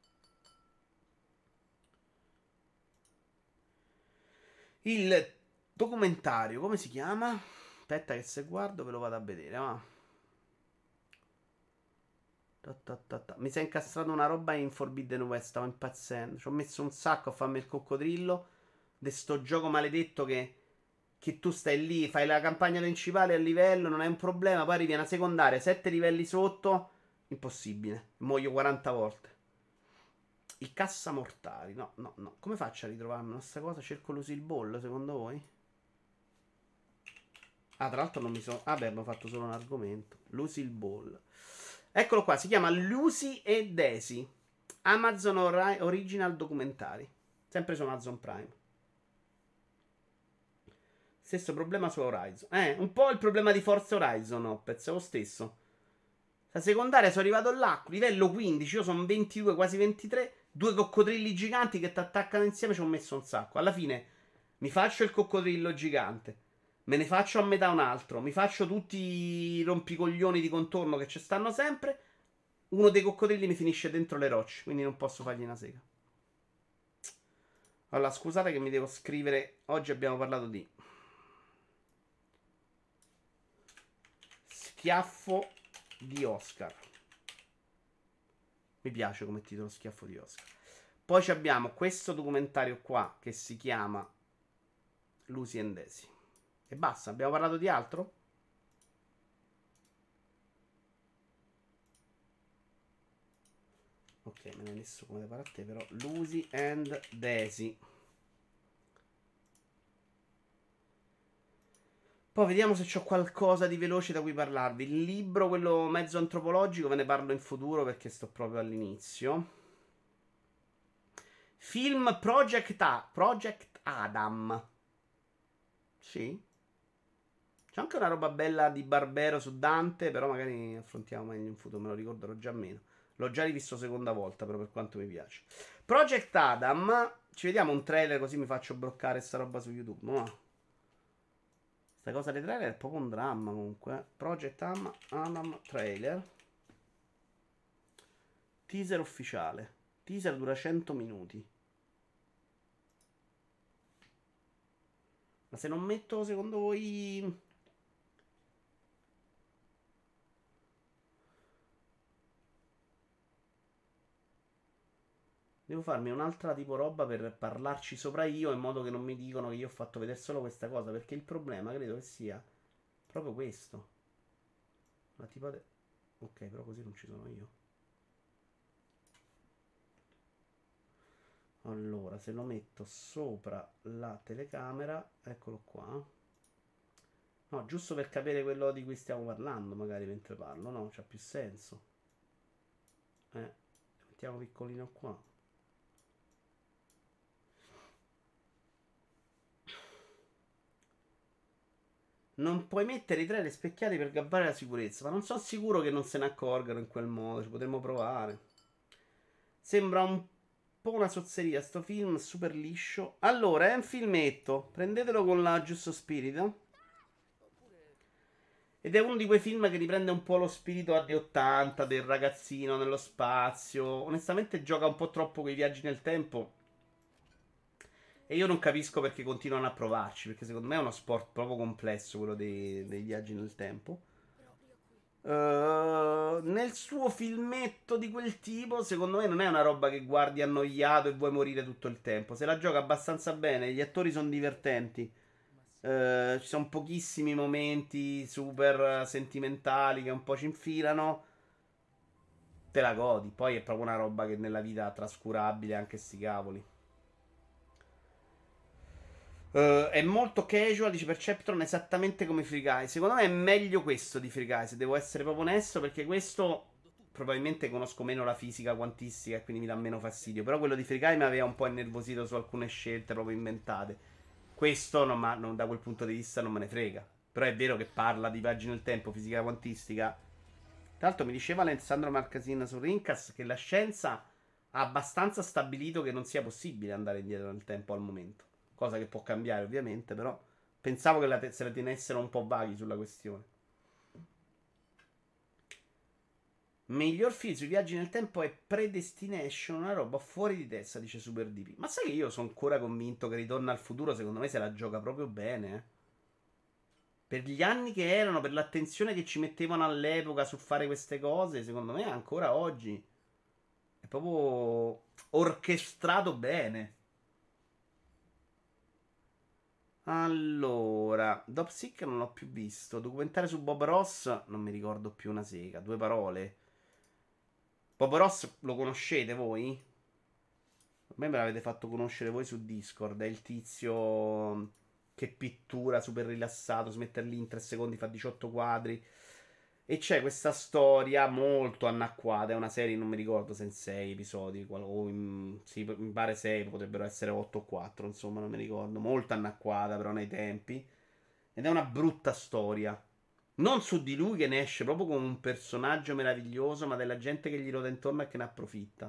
Il documentario, come si chiama? Aspetta che se guardo ve lo vado a vedere, ma... Ta ta ta ta. Mi si è incastrato una roba in Forbidden West, stavo impazzendo. Ci ho messo un sacco a farmi il coccodrillo de sto gioco maledetto che, che tu stai lì, fai la campagna principale a livello, non è un problema, poi arrivi a una secondaria, sette livelli sotto, impossibile. Muoio quaranta volte. I cassamortali, no, no, no. Come faccio a ritrovarmi questa cosa? Cerco Lucille Ball, secondo voi? Ah, tra l'altro non mi sono... Ah, beh, abbiamo fatto solo un argomento. Lucille Ball. Eccolo qua, si chiama Lucy e Daisy. Amazon Ori- Original Documentari. Sempre su Amazon Prime. Stesso problema su Horizon. Eh, un po' il problema di Forza Horizon, Opez, è lo stesso. La secondaria sono arrivato là, livello quindici, io sono ventidue, quasi ventitré. Due coccodrilli giganti che ti attaccano insieme, ci ho messo un sacco. Alla fine mi faccio il coccodrillo gigante. Me ne faccio a metà un altro. Mi faccio tutti i rompicoglioni di contorno che ci stanno sempre. Uno dei coccodrilli mi finisce dentro le rocce, quindi non posso fargli una sega. Allora, scusate che mi devo scrivere. Oggi abbiamo parlato di Schiaffo di Oscar. Mi piace come titolo Schiaffo di Oscar. Poi abbiamo questo documentario qua che si chiama Lucy and Daisy. E basta, abbiamo parlato di altro? Ok, me ne hai messo come da pare a te, però Lucy and Daisy. Poi vediamo se c'ho qualcosa di veloce da cui parlarvi. Il libro, quello mezzo antropologico, ve ne parlo in futuro perché sto proprio all'inizio. Film Project A, Project Adam. Sì. C'è anche una roba bella di Barbero su Dante, però magari affrontiamo meglio in futuro, me lo ricorderò già meno. L'ho già rivisto seconda volta, però per quanto mi piace. Project Adam, ci vediamo un trailer così mi faccio bloccare sta roba su YouTube. No? Sta cosa dei trailer è proprio un dramma comunque. Project Adam, Adam trailer. Teaser ufficiale. Teaser dura cento minuti. Ma se non metto secondo voi... Devo farmi un'altra tipo roba per parlarci sopra io in modo che non mi dicono che io ho fatto vedere solo questa cosa. Perché il problema credo che sia proprio questo. La tipa de... Ok, però così non ci sono io. Allora, se lo metto sopra la telecamera, eccolo qua. No, giusto per capire quello di cui stiamo parlando, magari mentre parlo, no? C'ha più senso. Eh, mettiamo piccolino qua. Non puoi mettere i trailer specchiati per gabbare la sicurezza, ma non sono sicuro che non se ne accorgano in quel modo, ci potremmo provare. Sembra un po' una sozzeria sto film, super liscio. Allora, è un filmetto, prendetelo con la giusto spirito. Ed è uno di quei film che riprende un po' lo spirito anni ottanta del ragazzino nello spazio. Onestamente gioca un po' troppo con i viaggi nel tempo. E io non capisco perché continuano a provarci, perché secondo me è uno sport proprio complesso quello dei, dei viaggi nel tempo. Uh, nel suo filmetto di quel tipo, secondo me non è una roba che guardi annoiato e vuoi morire tutto il tempo. Se la gioca abbastanza bene, gli attori sono divertenti. Uh, ci sono pochissimi momenti super sentimentali che un po' ci infilano. Te la godi. Poi è proprio una roba che nella vita è trascurabile, anche sti cavoli. Uh, è molto casual, dice Perceptron, esattamente come Free Guy. Secondo me è meglio questo di Free Guy, se devo essere proprio onesto, perché questo probabilmente conosco meno la fisica quantistica e quindi mi dà meno fastidio. Però quello di Free Guy mi aveva un po' innervosito su alcune scelte proprio inventate. Questo non, ma, non, da quel punto di vista non me ne frega. Però è vero che parla di viaggi nel tempo, fisica quantistica. Tra l'altro mi diceva Alessandro Marcasin su Rincas che la scienza ha abbastanza stabilito che non sia possibile andare indietro nel tempo al momento. Cosa che può cambiare ovviamente, però pensavo che la te- se la tenessero un po' vaghi sulla questione. Miglior film sui viaggi nel tempo è Predestination, una roba fuori di testa, dice Super D P. Ma sai che io sono ancora convinto che Ritorno al futuro, secondo me, se la gioca proprio bene, eh? Per gli anni che erano, per l'attenzione che ci mettevano all'epoca su fare queste cose, secondo me ancora oggi è proprio orchestrato bene. Allora, Dopsic non l'ho più visto. Documentario su Bob Ross, non mi ricordo più una sega. Due parole. Bob Ross lo conoscete voi? A me me l'avete fatto conoscere voi su Discord. È il tizio che pittura super rilassato. Si mette lì in tre secondi, fa diciotto quadri. E c'è questa storia molto anacquata. È una serie, non mi ricordo se in sei episodi. O in, sì, mi pare sei, potrebbero essere otto o quattro. Insomma, non mi ricordo. Molto anacquata, però, nei tempi. Ed è una brutta storia. Non su di lui che ne esce proprio come un personaggio meraviglioso, ma della gente che gli rode intorno e che ne approfitta.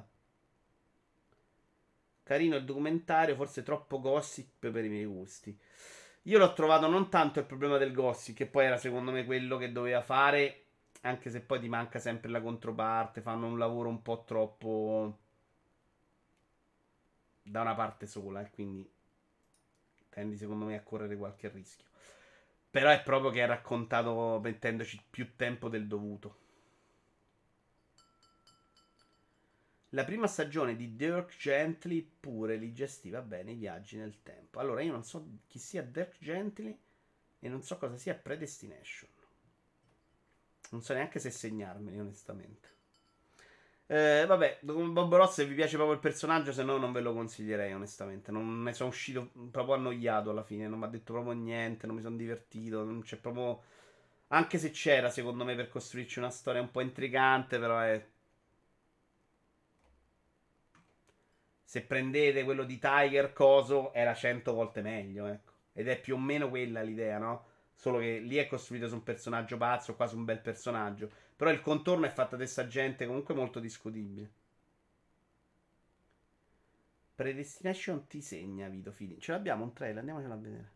Carino il documentario, forse troppo gossip per i miei gusti. Io l'ho trovato non tanto il problema del gossip, che poi era secondo me quello che doveva fare, anche se poi ti manca sempre la controparte, fanno un lavoro un po' troppo da una parte sola e quindi tendi secondo me a correre qualche rischio. Però è proprio che è raccontato mettendoci più tempo del dovuto. La prima stagione di Dirk Gently pure li gestiva bene i viaggi nel tempo. Allora, io non so chi sia Dirk Gently e non so cosa sia Predestination. Non so neanche se segnarmeli, onestamente. Eh, vabbè, come Bob Ross, se vi piace proprio il personaggio, se no non ve lo consiglierei, onestamente. Non ne sono uscito proprio annoiato alla fine. Non mi ha detto proprio niente, non mi sono divertito. Non c'è proprio. Anche se c'era, secondo me, per costruirci una storia un po' intrigante, però è. Se prendete quello di Tiger Coso era cento volte meglio, ecco. Ed è più o meno quella l'idea, no? Solo che lì è costruito su un personaggio pazzo, quasi un bel personaggio. Però il contorno è fatto da questa gente comunque molto discutibile. Predestination ti segna, Vito Fili. Ce l'abbiamo un trailer, andiamocelo a vedere.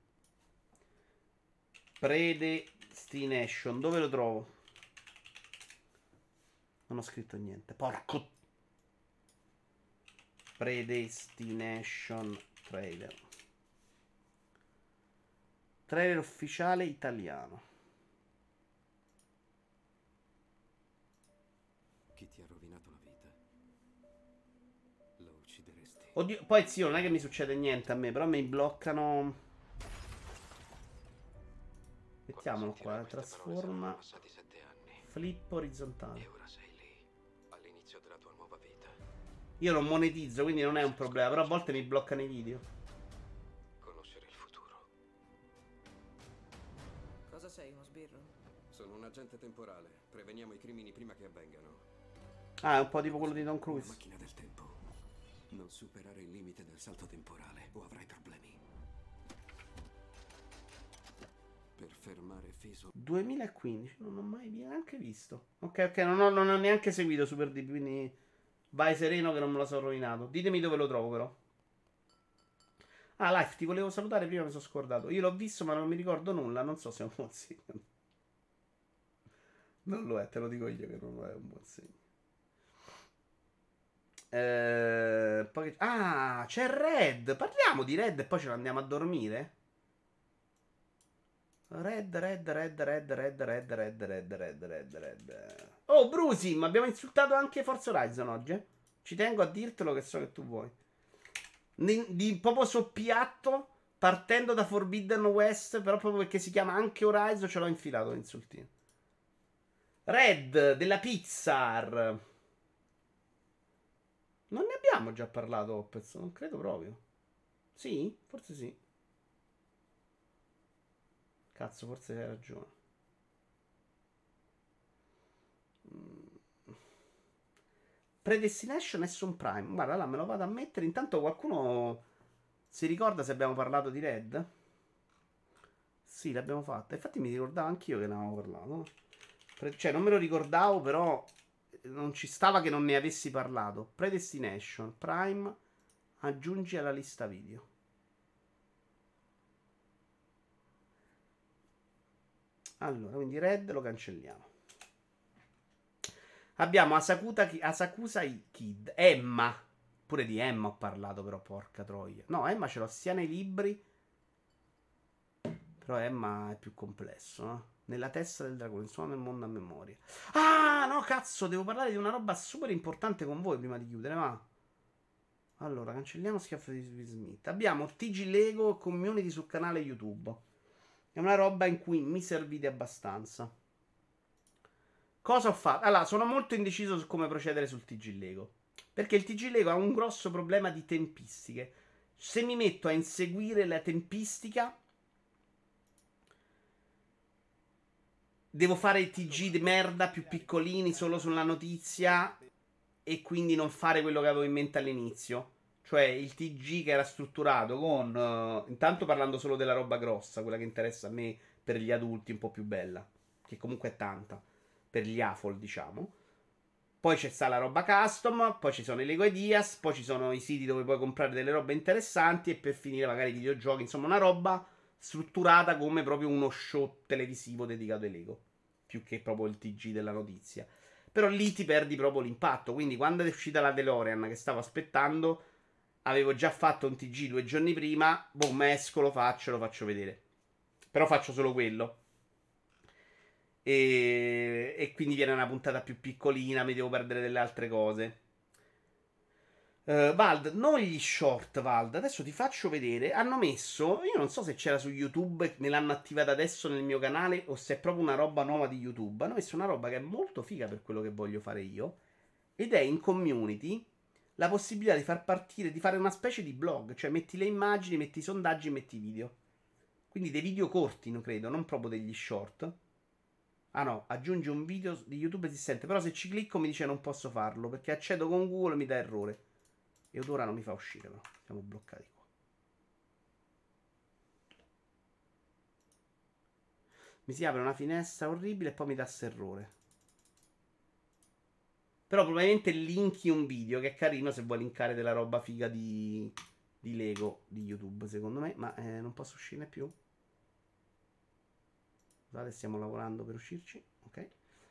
Predestination, dove lo trovo? Non ho scritto niente. Porco. Predestination trailer. Trailer ufficiale italiano. Chi ti ha rovinato la vita? Lo uccideresti. Oddio, poi zio, non è che mi succede niente a me, però mi bloccano. Mettiamolo qua, trasforma. Flip orizzontale. E ora sei lì, all'inizio della tua nuova vita. Io non monetizzo, quindi non è un problema, però a volte mi bloccano i video. Conoscere il futuro. Cosa sei, uno sbirro? Sono un agente temporale. Preveniamo i crimini prima che avvengano. Ah, è un po' tipo quello di Tom Una Cruise. macchina del tempo. Non superare il limite del salto temporale o avrai problemi. Per fermare Fiso. duemilaquindici, non ho mai neanche visto. Ok, ok, non ho, non ho neanche seguito Super Deep, quindi vai sereno che non me lo sono rovinato. Ditemi dove lo trovo però. Ah, Life, ti volevo salutare prima, mi sono scordato. Io l'ho visto ma non mi ricordo nulla, non so se è un buon segno. Non lo è, te lo dico io che non lo è un buon segno. Eh, poi... Ah, c'è Red. Parliamo di Red e poi ce ne andiamo a dormire. Red, red, red, red, red, red, red, red, red, red, red. Oh, Brusim, abbiamo insultato anche Forza Horizon oggi. eh? Ci tengo a dirtelo che so che tu vuoi. Di, di proprio soppiatto, partendo da Forbidden West, però proprio perché si chiama anche Horizon, ce l'ho infilato l'insultino. Red, della Pixar. Non ne abbiamo già parlato, Opez, non credo proprio. Sì? Forse sì. Cazzo, forse hai ragione. Mm. Predestination e Sun Prime. Guarda, là me lo vado a mettere. Intanto qualcuno si ricorda se abbiamo parlato di Red? Sì, l'abbiamo fatta. Infatti mi ricordavo anch'io che ne avevamo parlato. Pre- cioè, non me lo ricordavo, però non ci stava che non ne avessi parlato. Predestination Prime. Aggiungi alla lista video. Allora, quindi Red lo cancelliamo. Abbiamo Asakuta, Asakusa Kid. Emma. Pure di Emma ho parlato, però, porca troia. No, Emma ce l'ho sia nei libri. Però Emma è più complesso, no? Nella testa del dragone, suono nel mondo a memoria. Ah, no, cazzo, devo parlare di una roba super importante con voi prima di chiudere, ma... Allora, cancelliamo schiaffo di Smith. Abbiamo T G Lego Community sul canale YouTube. È una roba in cui mi servite abbastanza. Cosa ho fatto? Allora, sono molto indeciso su come procedere sul T G Lego. Perché il T G Lego ha un grosso problema di tempistiche. Se mi metto a inseguire la tempistica, devo fare i T G di merda più piccolini solo sulla notizia e quindi non fare quello che avevo in mente all'inizio. Cioè il T G che era strutturato con... Uh, intanto parlando solo della roba grossa, quella che interessa a me per gli adulti, un po' più bella. Che comunque è tanta. Per gli A F O L, diciamo. Poi c'è sta la roba custom, poi ci sono i Lego Ideas, poi ci sono i siti dove puoi comprare delle robe interessanti e per finire magari i videogiochi. Insomma, una roba strutturata come proprio uno show televisivo dedicato ai Lego. Più che proprio il T G della notizia. Però lì ti perdi proprio l'impatto. Quindi quando è uscita la DeLorean che stavo aspettando, avevo già fatto un T G due giorni prima. Boh, esco, lo faccio, lo faccio vedere. Però faccio solo quello. E, e quindi viene una puntata più piccolina, mi devo perdere delle altre cose. Uh, Vald, non gli short, Vald. Adesso ti faccio vedere. Hanno messo. Io non so se c'era su YouTube, me l'hanno attivata adesso nel mio canale o se è proprio una roba nuova di YouTube. Hanno messo una roba che è molto figa per quello che voglio fare io. Ed è in community la possibilità di far partire, di fare una specie di blog. Cioè, metti le immagini, metti i sondaggi, metti i video. Quindi dei video corti, non credo, non proprio degli short. Ah no, aggiungi un video di YouTube esistente. Però se ci clicco mi dice non posso farlo perché accedo con Google e mi dà errore. E ora non mi fa uscire, però. Siamo bloccati qua. Mi si apre una finestra orribile e poi mi dà errore. Però probabilmente linki un video che è carino se vuoi linkare della roba figa di, di Lego di YouTube, secondo me. Ma eh, non posso uscirne più. Scusate, stiamo lavorando per uscirci. Ok.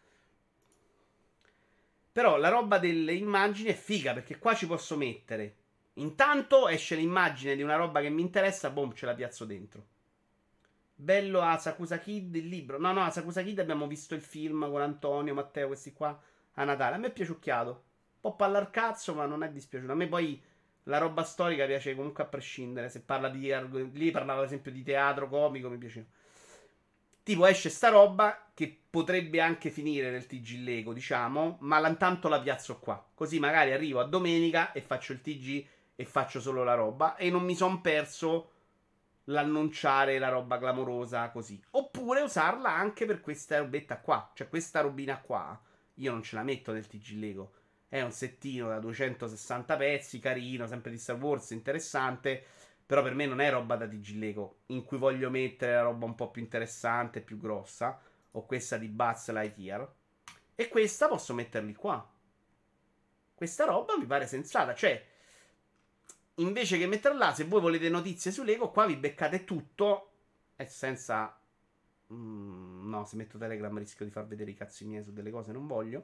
Però la roba delle immagini è figa perché qua ci posso mettere. Intanto esce l'immagine di una roba che mi interessa, boom, ce la piazzo dentro. Bello a Sakusa Kid il libro. No, no, a Sakusa Kid abbiamo visto il film con Antonio, Matteo, questi qua a Natale. A me è piaciucchiato. Un po' pallar cazzo, ma non è dispiaciuto. A me poi la roba storica piace comunque a prescindere. Se parla di... Lì parlava ad esempio di teatro comico, mi piaceva. Tipo esce sta roba che potrebbe anche finire nel T G Lego, diciamo, ma intanto la piazzo qua. Così magari arrivo a domenica e faccio il T G e faccio solo la roba e non mi son perso l'annunciare la roba clamorosa così. Oppure usarla anche per questa robetta qua. Cioè questa robina qua, io non ce la metto nel T G Lego. È un settino da duecentosessanta pezzi, carino, sempre di Star Wars, interessante. Però per me non è roba da T G Lego, in cui voglio mettere la roba un po' più interessante, più grossa. O questa di Buzz Lightyear. E questa posso metterli qua. Questa roba mi pare sensata. Cioè, invece che metterla là, se voi volete notizie su Lego, qua vi beccate tutto. E senza... Mm, no, se metto Telegram rischio di far vedere i cazzi miei su delle cose, non voglio.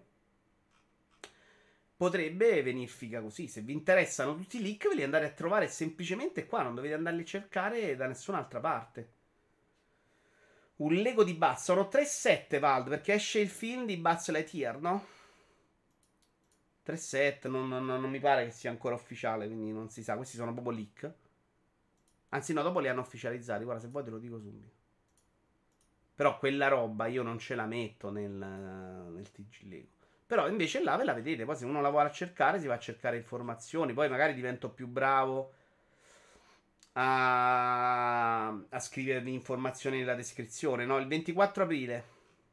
Potrebbe venire figa così. Se vi interessano tutti i leak, ve li andate a trovare semplicemente qua. Non dovete andarli a cercare da nessun'altra parte. Un Lego di Buzz. Sono tre set, Vald, perché esce il film di Buzz Lightyear, no? tre set, non, non, non mi pare che sia ancora ufficiale, quindi non si sa. Questi sono proprio leak. Anzi no, dopo li hanno ufficializzati. Guarda, se vuoi te lo dico subito. Però quella roba io non ce la metto nel, nel T G Lego. Però invece là ve la vedete. Poi se uno la vuole cercare, si va a cercare informazioni. Poi magari divento più bravo a, a scrivervi informazioni nella descrizione. No, il ventiquattro aprile.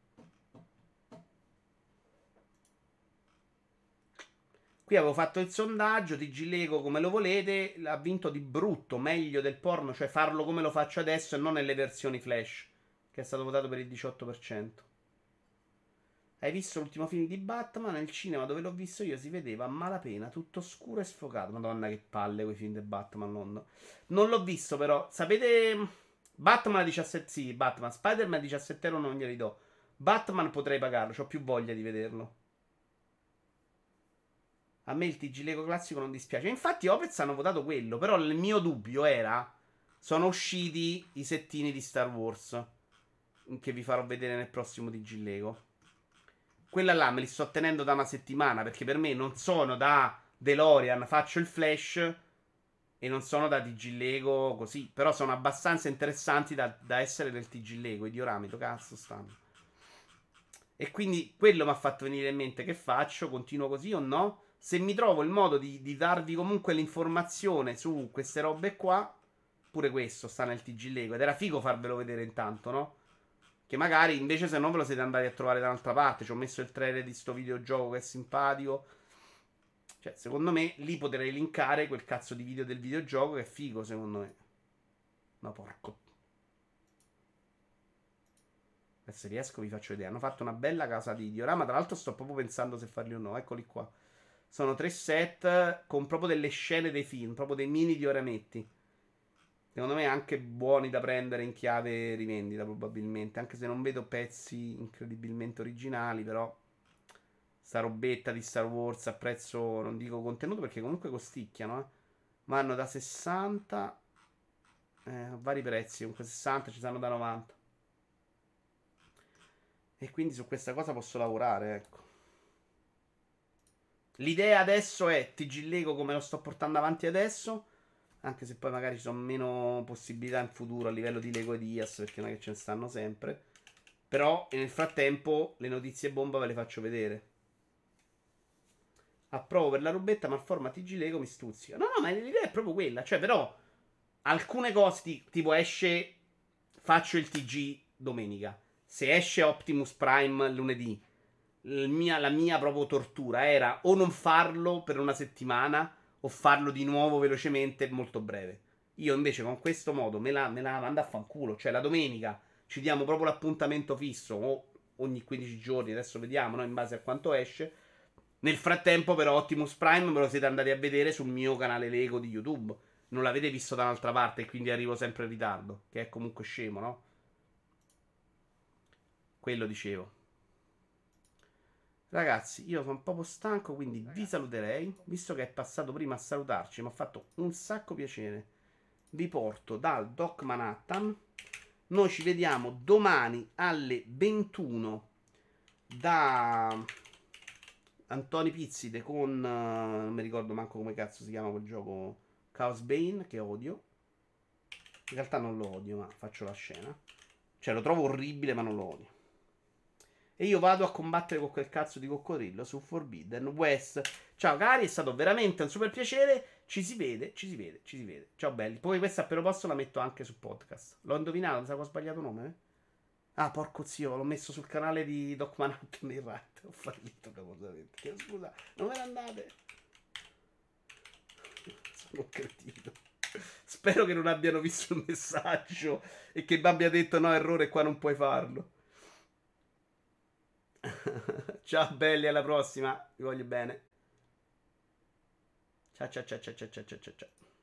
Qui avevo fatto il sondaggio, T G Lego come lo volete, ha vinto di brutto, meglio del porno, cioè farlo come lo faccio adesso e non nelle versioni flash, che è stato votato per il diciotto per cento. Hai visto l'ultimo film di Batman? Nel cinema dove l'ho visto io si vedeva a malapena, tutto scuro e sfocato. Madonna che palle quei film di Batman, non, non l'ho visto però. Sapete, Batman a diciassette, sì, Batman, Spider-Man a diciassette euro non glieli do. Batman potrei pagarlo, ho più voglia di vederlo. A me il T G Lego classico non dispiace. Infatti Opez hanno votato quello. Però il mio dubbio era... Sono usciti i settini di Star Wars, che vi farò vedere nel prossimo T G Lego. Quella là me li sto tenendo da una settimana, perché per me non sono da DeLorean, faccio il flash, e non sono da T G Lego così. Però sono abbastanza interessanti da, da essere del T G Lego. I diorami, to cazzo stanno. E quindi quello mi ha fatto venire in mente: che faccio? Continuo così o no? Se mi trovo il modo di, di darvi comunque l'informazione su queste robe qua, pure questo sta nel T G Lego. Ed era figo farvelo vedere intanto, no? Che magari invece se no ve lo siete andati a trovare da un'altra parte. Ci ho messo il trailer di sto videogioco che è simpatico. Cioè, secondo me, lì potrei linkare quel cazzo di video del videogioco che è figo, secondo me. No, porco. Se riesco vi faccio vedere. Hanno fatto una bella casa di diorama. Tra l'altro sto proprio pensando se farli o no. Eccoli qua. Sono tre set con proprio delle scene dei film, proprio dei mini diorametti. Secondo me anche buoni da prendere in chiave rivendita probabilmente. Anche se non vedo pezzi incredibilmente originali, però sta robetta di Star Wars a prezzo, non dico contenuto perché comunque costicchiano, eh. Vanno da sessanta eh, a vari prezzi, comunque sessanta ci stanno da novanta. E quindi su questa cosa posso lavorare, ecco. L'idea adesso è T G Lego come lo sto portando avanti adesso, anche se poi magari ci sono meno possibilità in futuro a livello di Lego e di I A S, perché non è che ce ne stanno sempre. Però nel frattempo le notizie bomba ve le faccio vedere. Approvo per la robetta, ma il format T G Lego mi stuzzica. No, no, ma l'idea è proprio quella. Cioè, però, alcune cose, tipo esce, faccio il T G domenica. Se esce Optimus Prime lunedì, la mia, la mia proprio tortura era o non farlo per una settimana o farlo di nuovo velocemente molto breve. Io invece con questo modo me la, me la mando a fanculo. Cioè la domenica ci diamo proprio l'appuntamento fisso, o ogni quindici giorni, adesso vediamo, no? In base a quanto esce. Nel frattempo però Optimus Prime me lo siete andati a vedere sul mio canale Lego di YouTube. Non l'avete visto da un'altra parte e quindi arrivo sempre in ritardo, che è comunque scemo, no? Quello dicevo. Ragazzi, io sono un po' stanco, quindi vi saluterei. Visto che è passato prima a salutarci, mi ha fatto un sacco piacere. Vi porto dal Doc Manhattan. Noi ci vediamo domani alle ventuno da Antoni Pizzide con... uh, non mi ricordo manco come cazzo si chiama quel gioco, Chaos Bane, che odio. In realtà non lo odio, ma faccio la scena. Cioè lo trovo orribile, ma non lo odio. E io vado a combattere con quel cazzo di coccodrillo su Forbidden West. Ciao cari, è stato veramente un super piacere. Ci si vede, ci si vede, ci si vede. Ciao belli. Poi questa appena posso la metto anche su podcast. L'ho indovinato, mi sa che ho sbagliato nome, eh? Ah, porco zio, l'ho messo sul canale di Doc Manhattan e Rat. Ho fallito clamorosamente. Chiedo scusa, non me ne andate. Sono un cretino. Spero che non abbiano visto il messaggio e che mi abbia detto no, errore, qua non puoi farlo. Ciao belli, alla prossima. Vi voglio bene. Ciao ciao ciao ciao ciao ciao ciao ciao.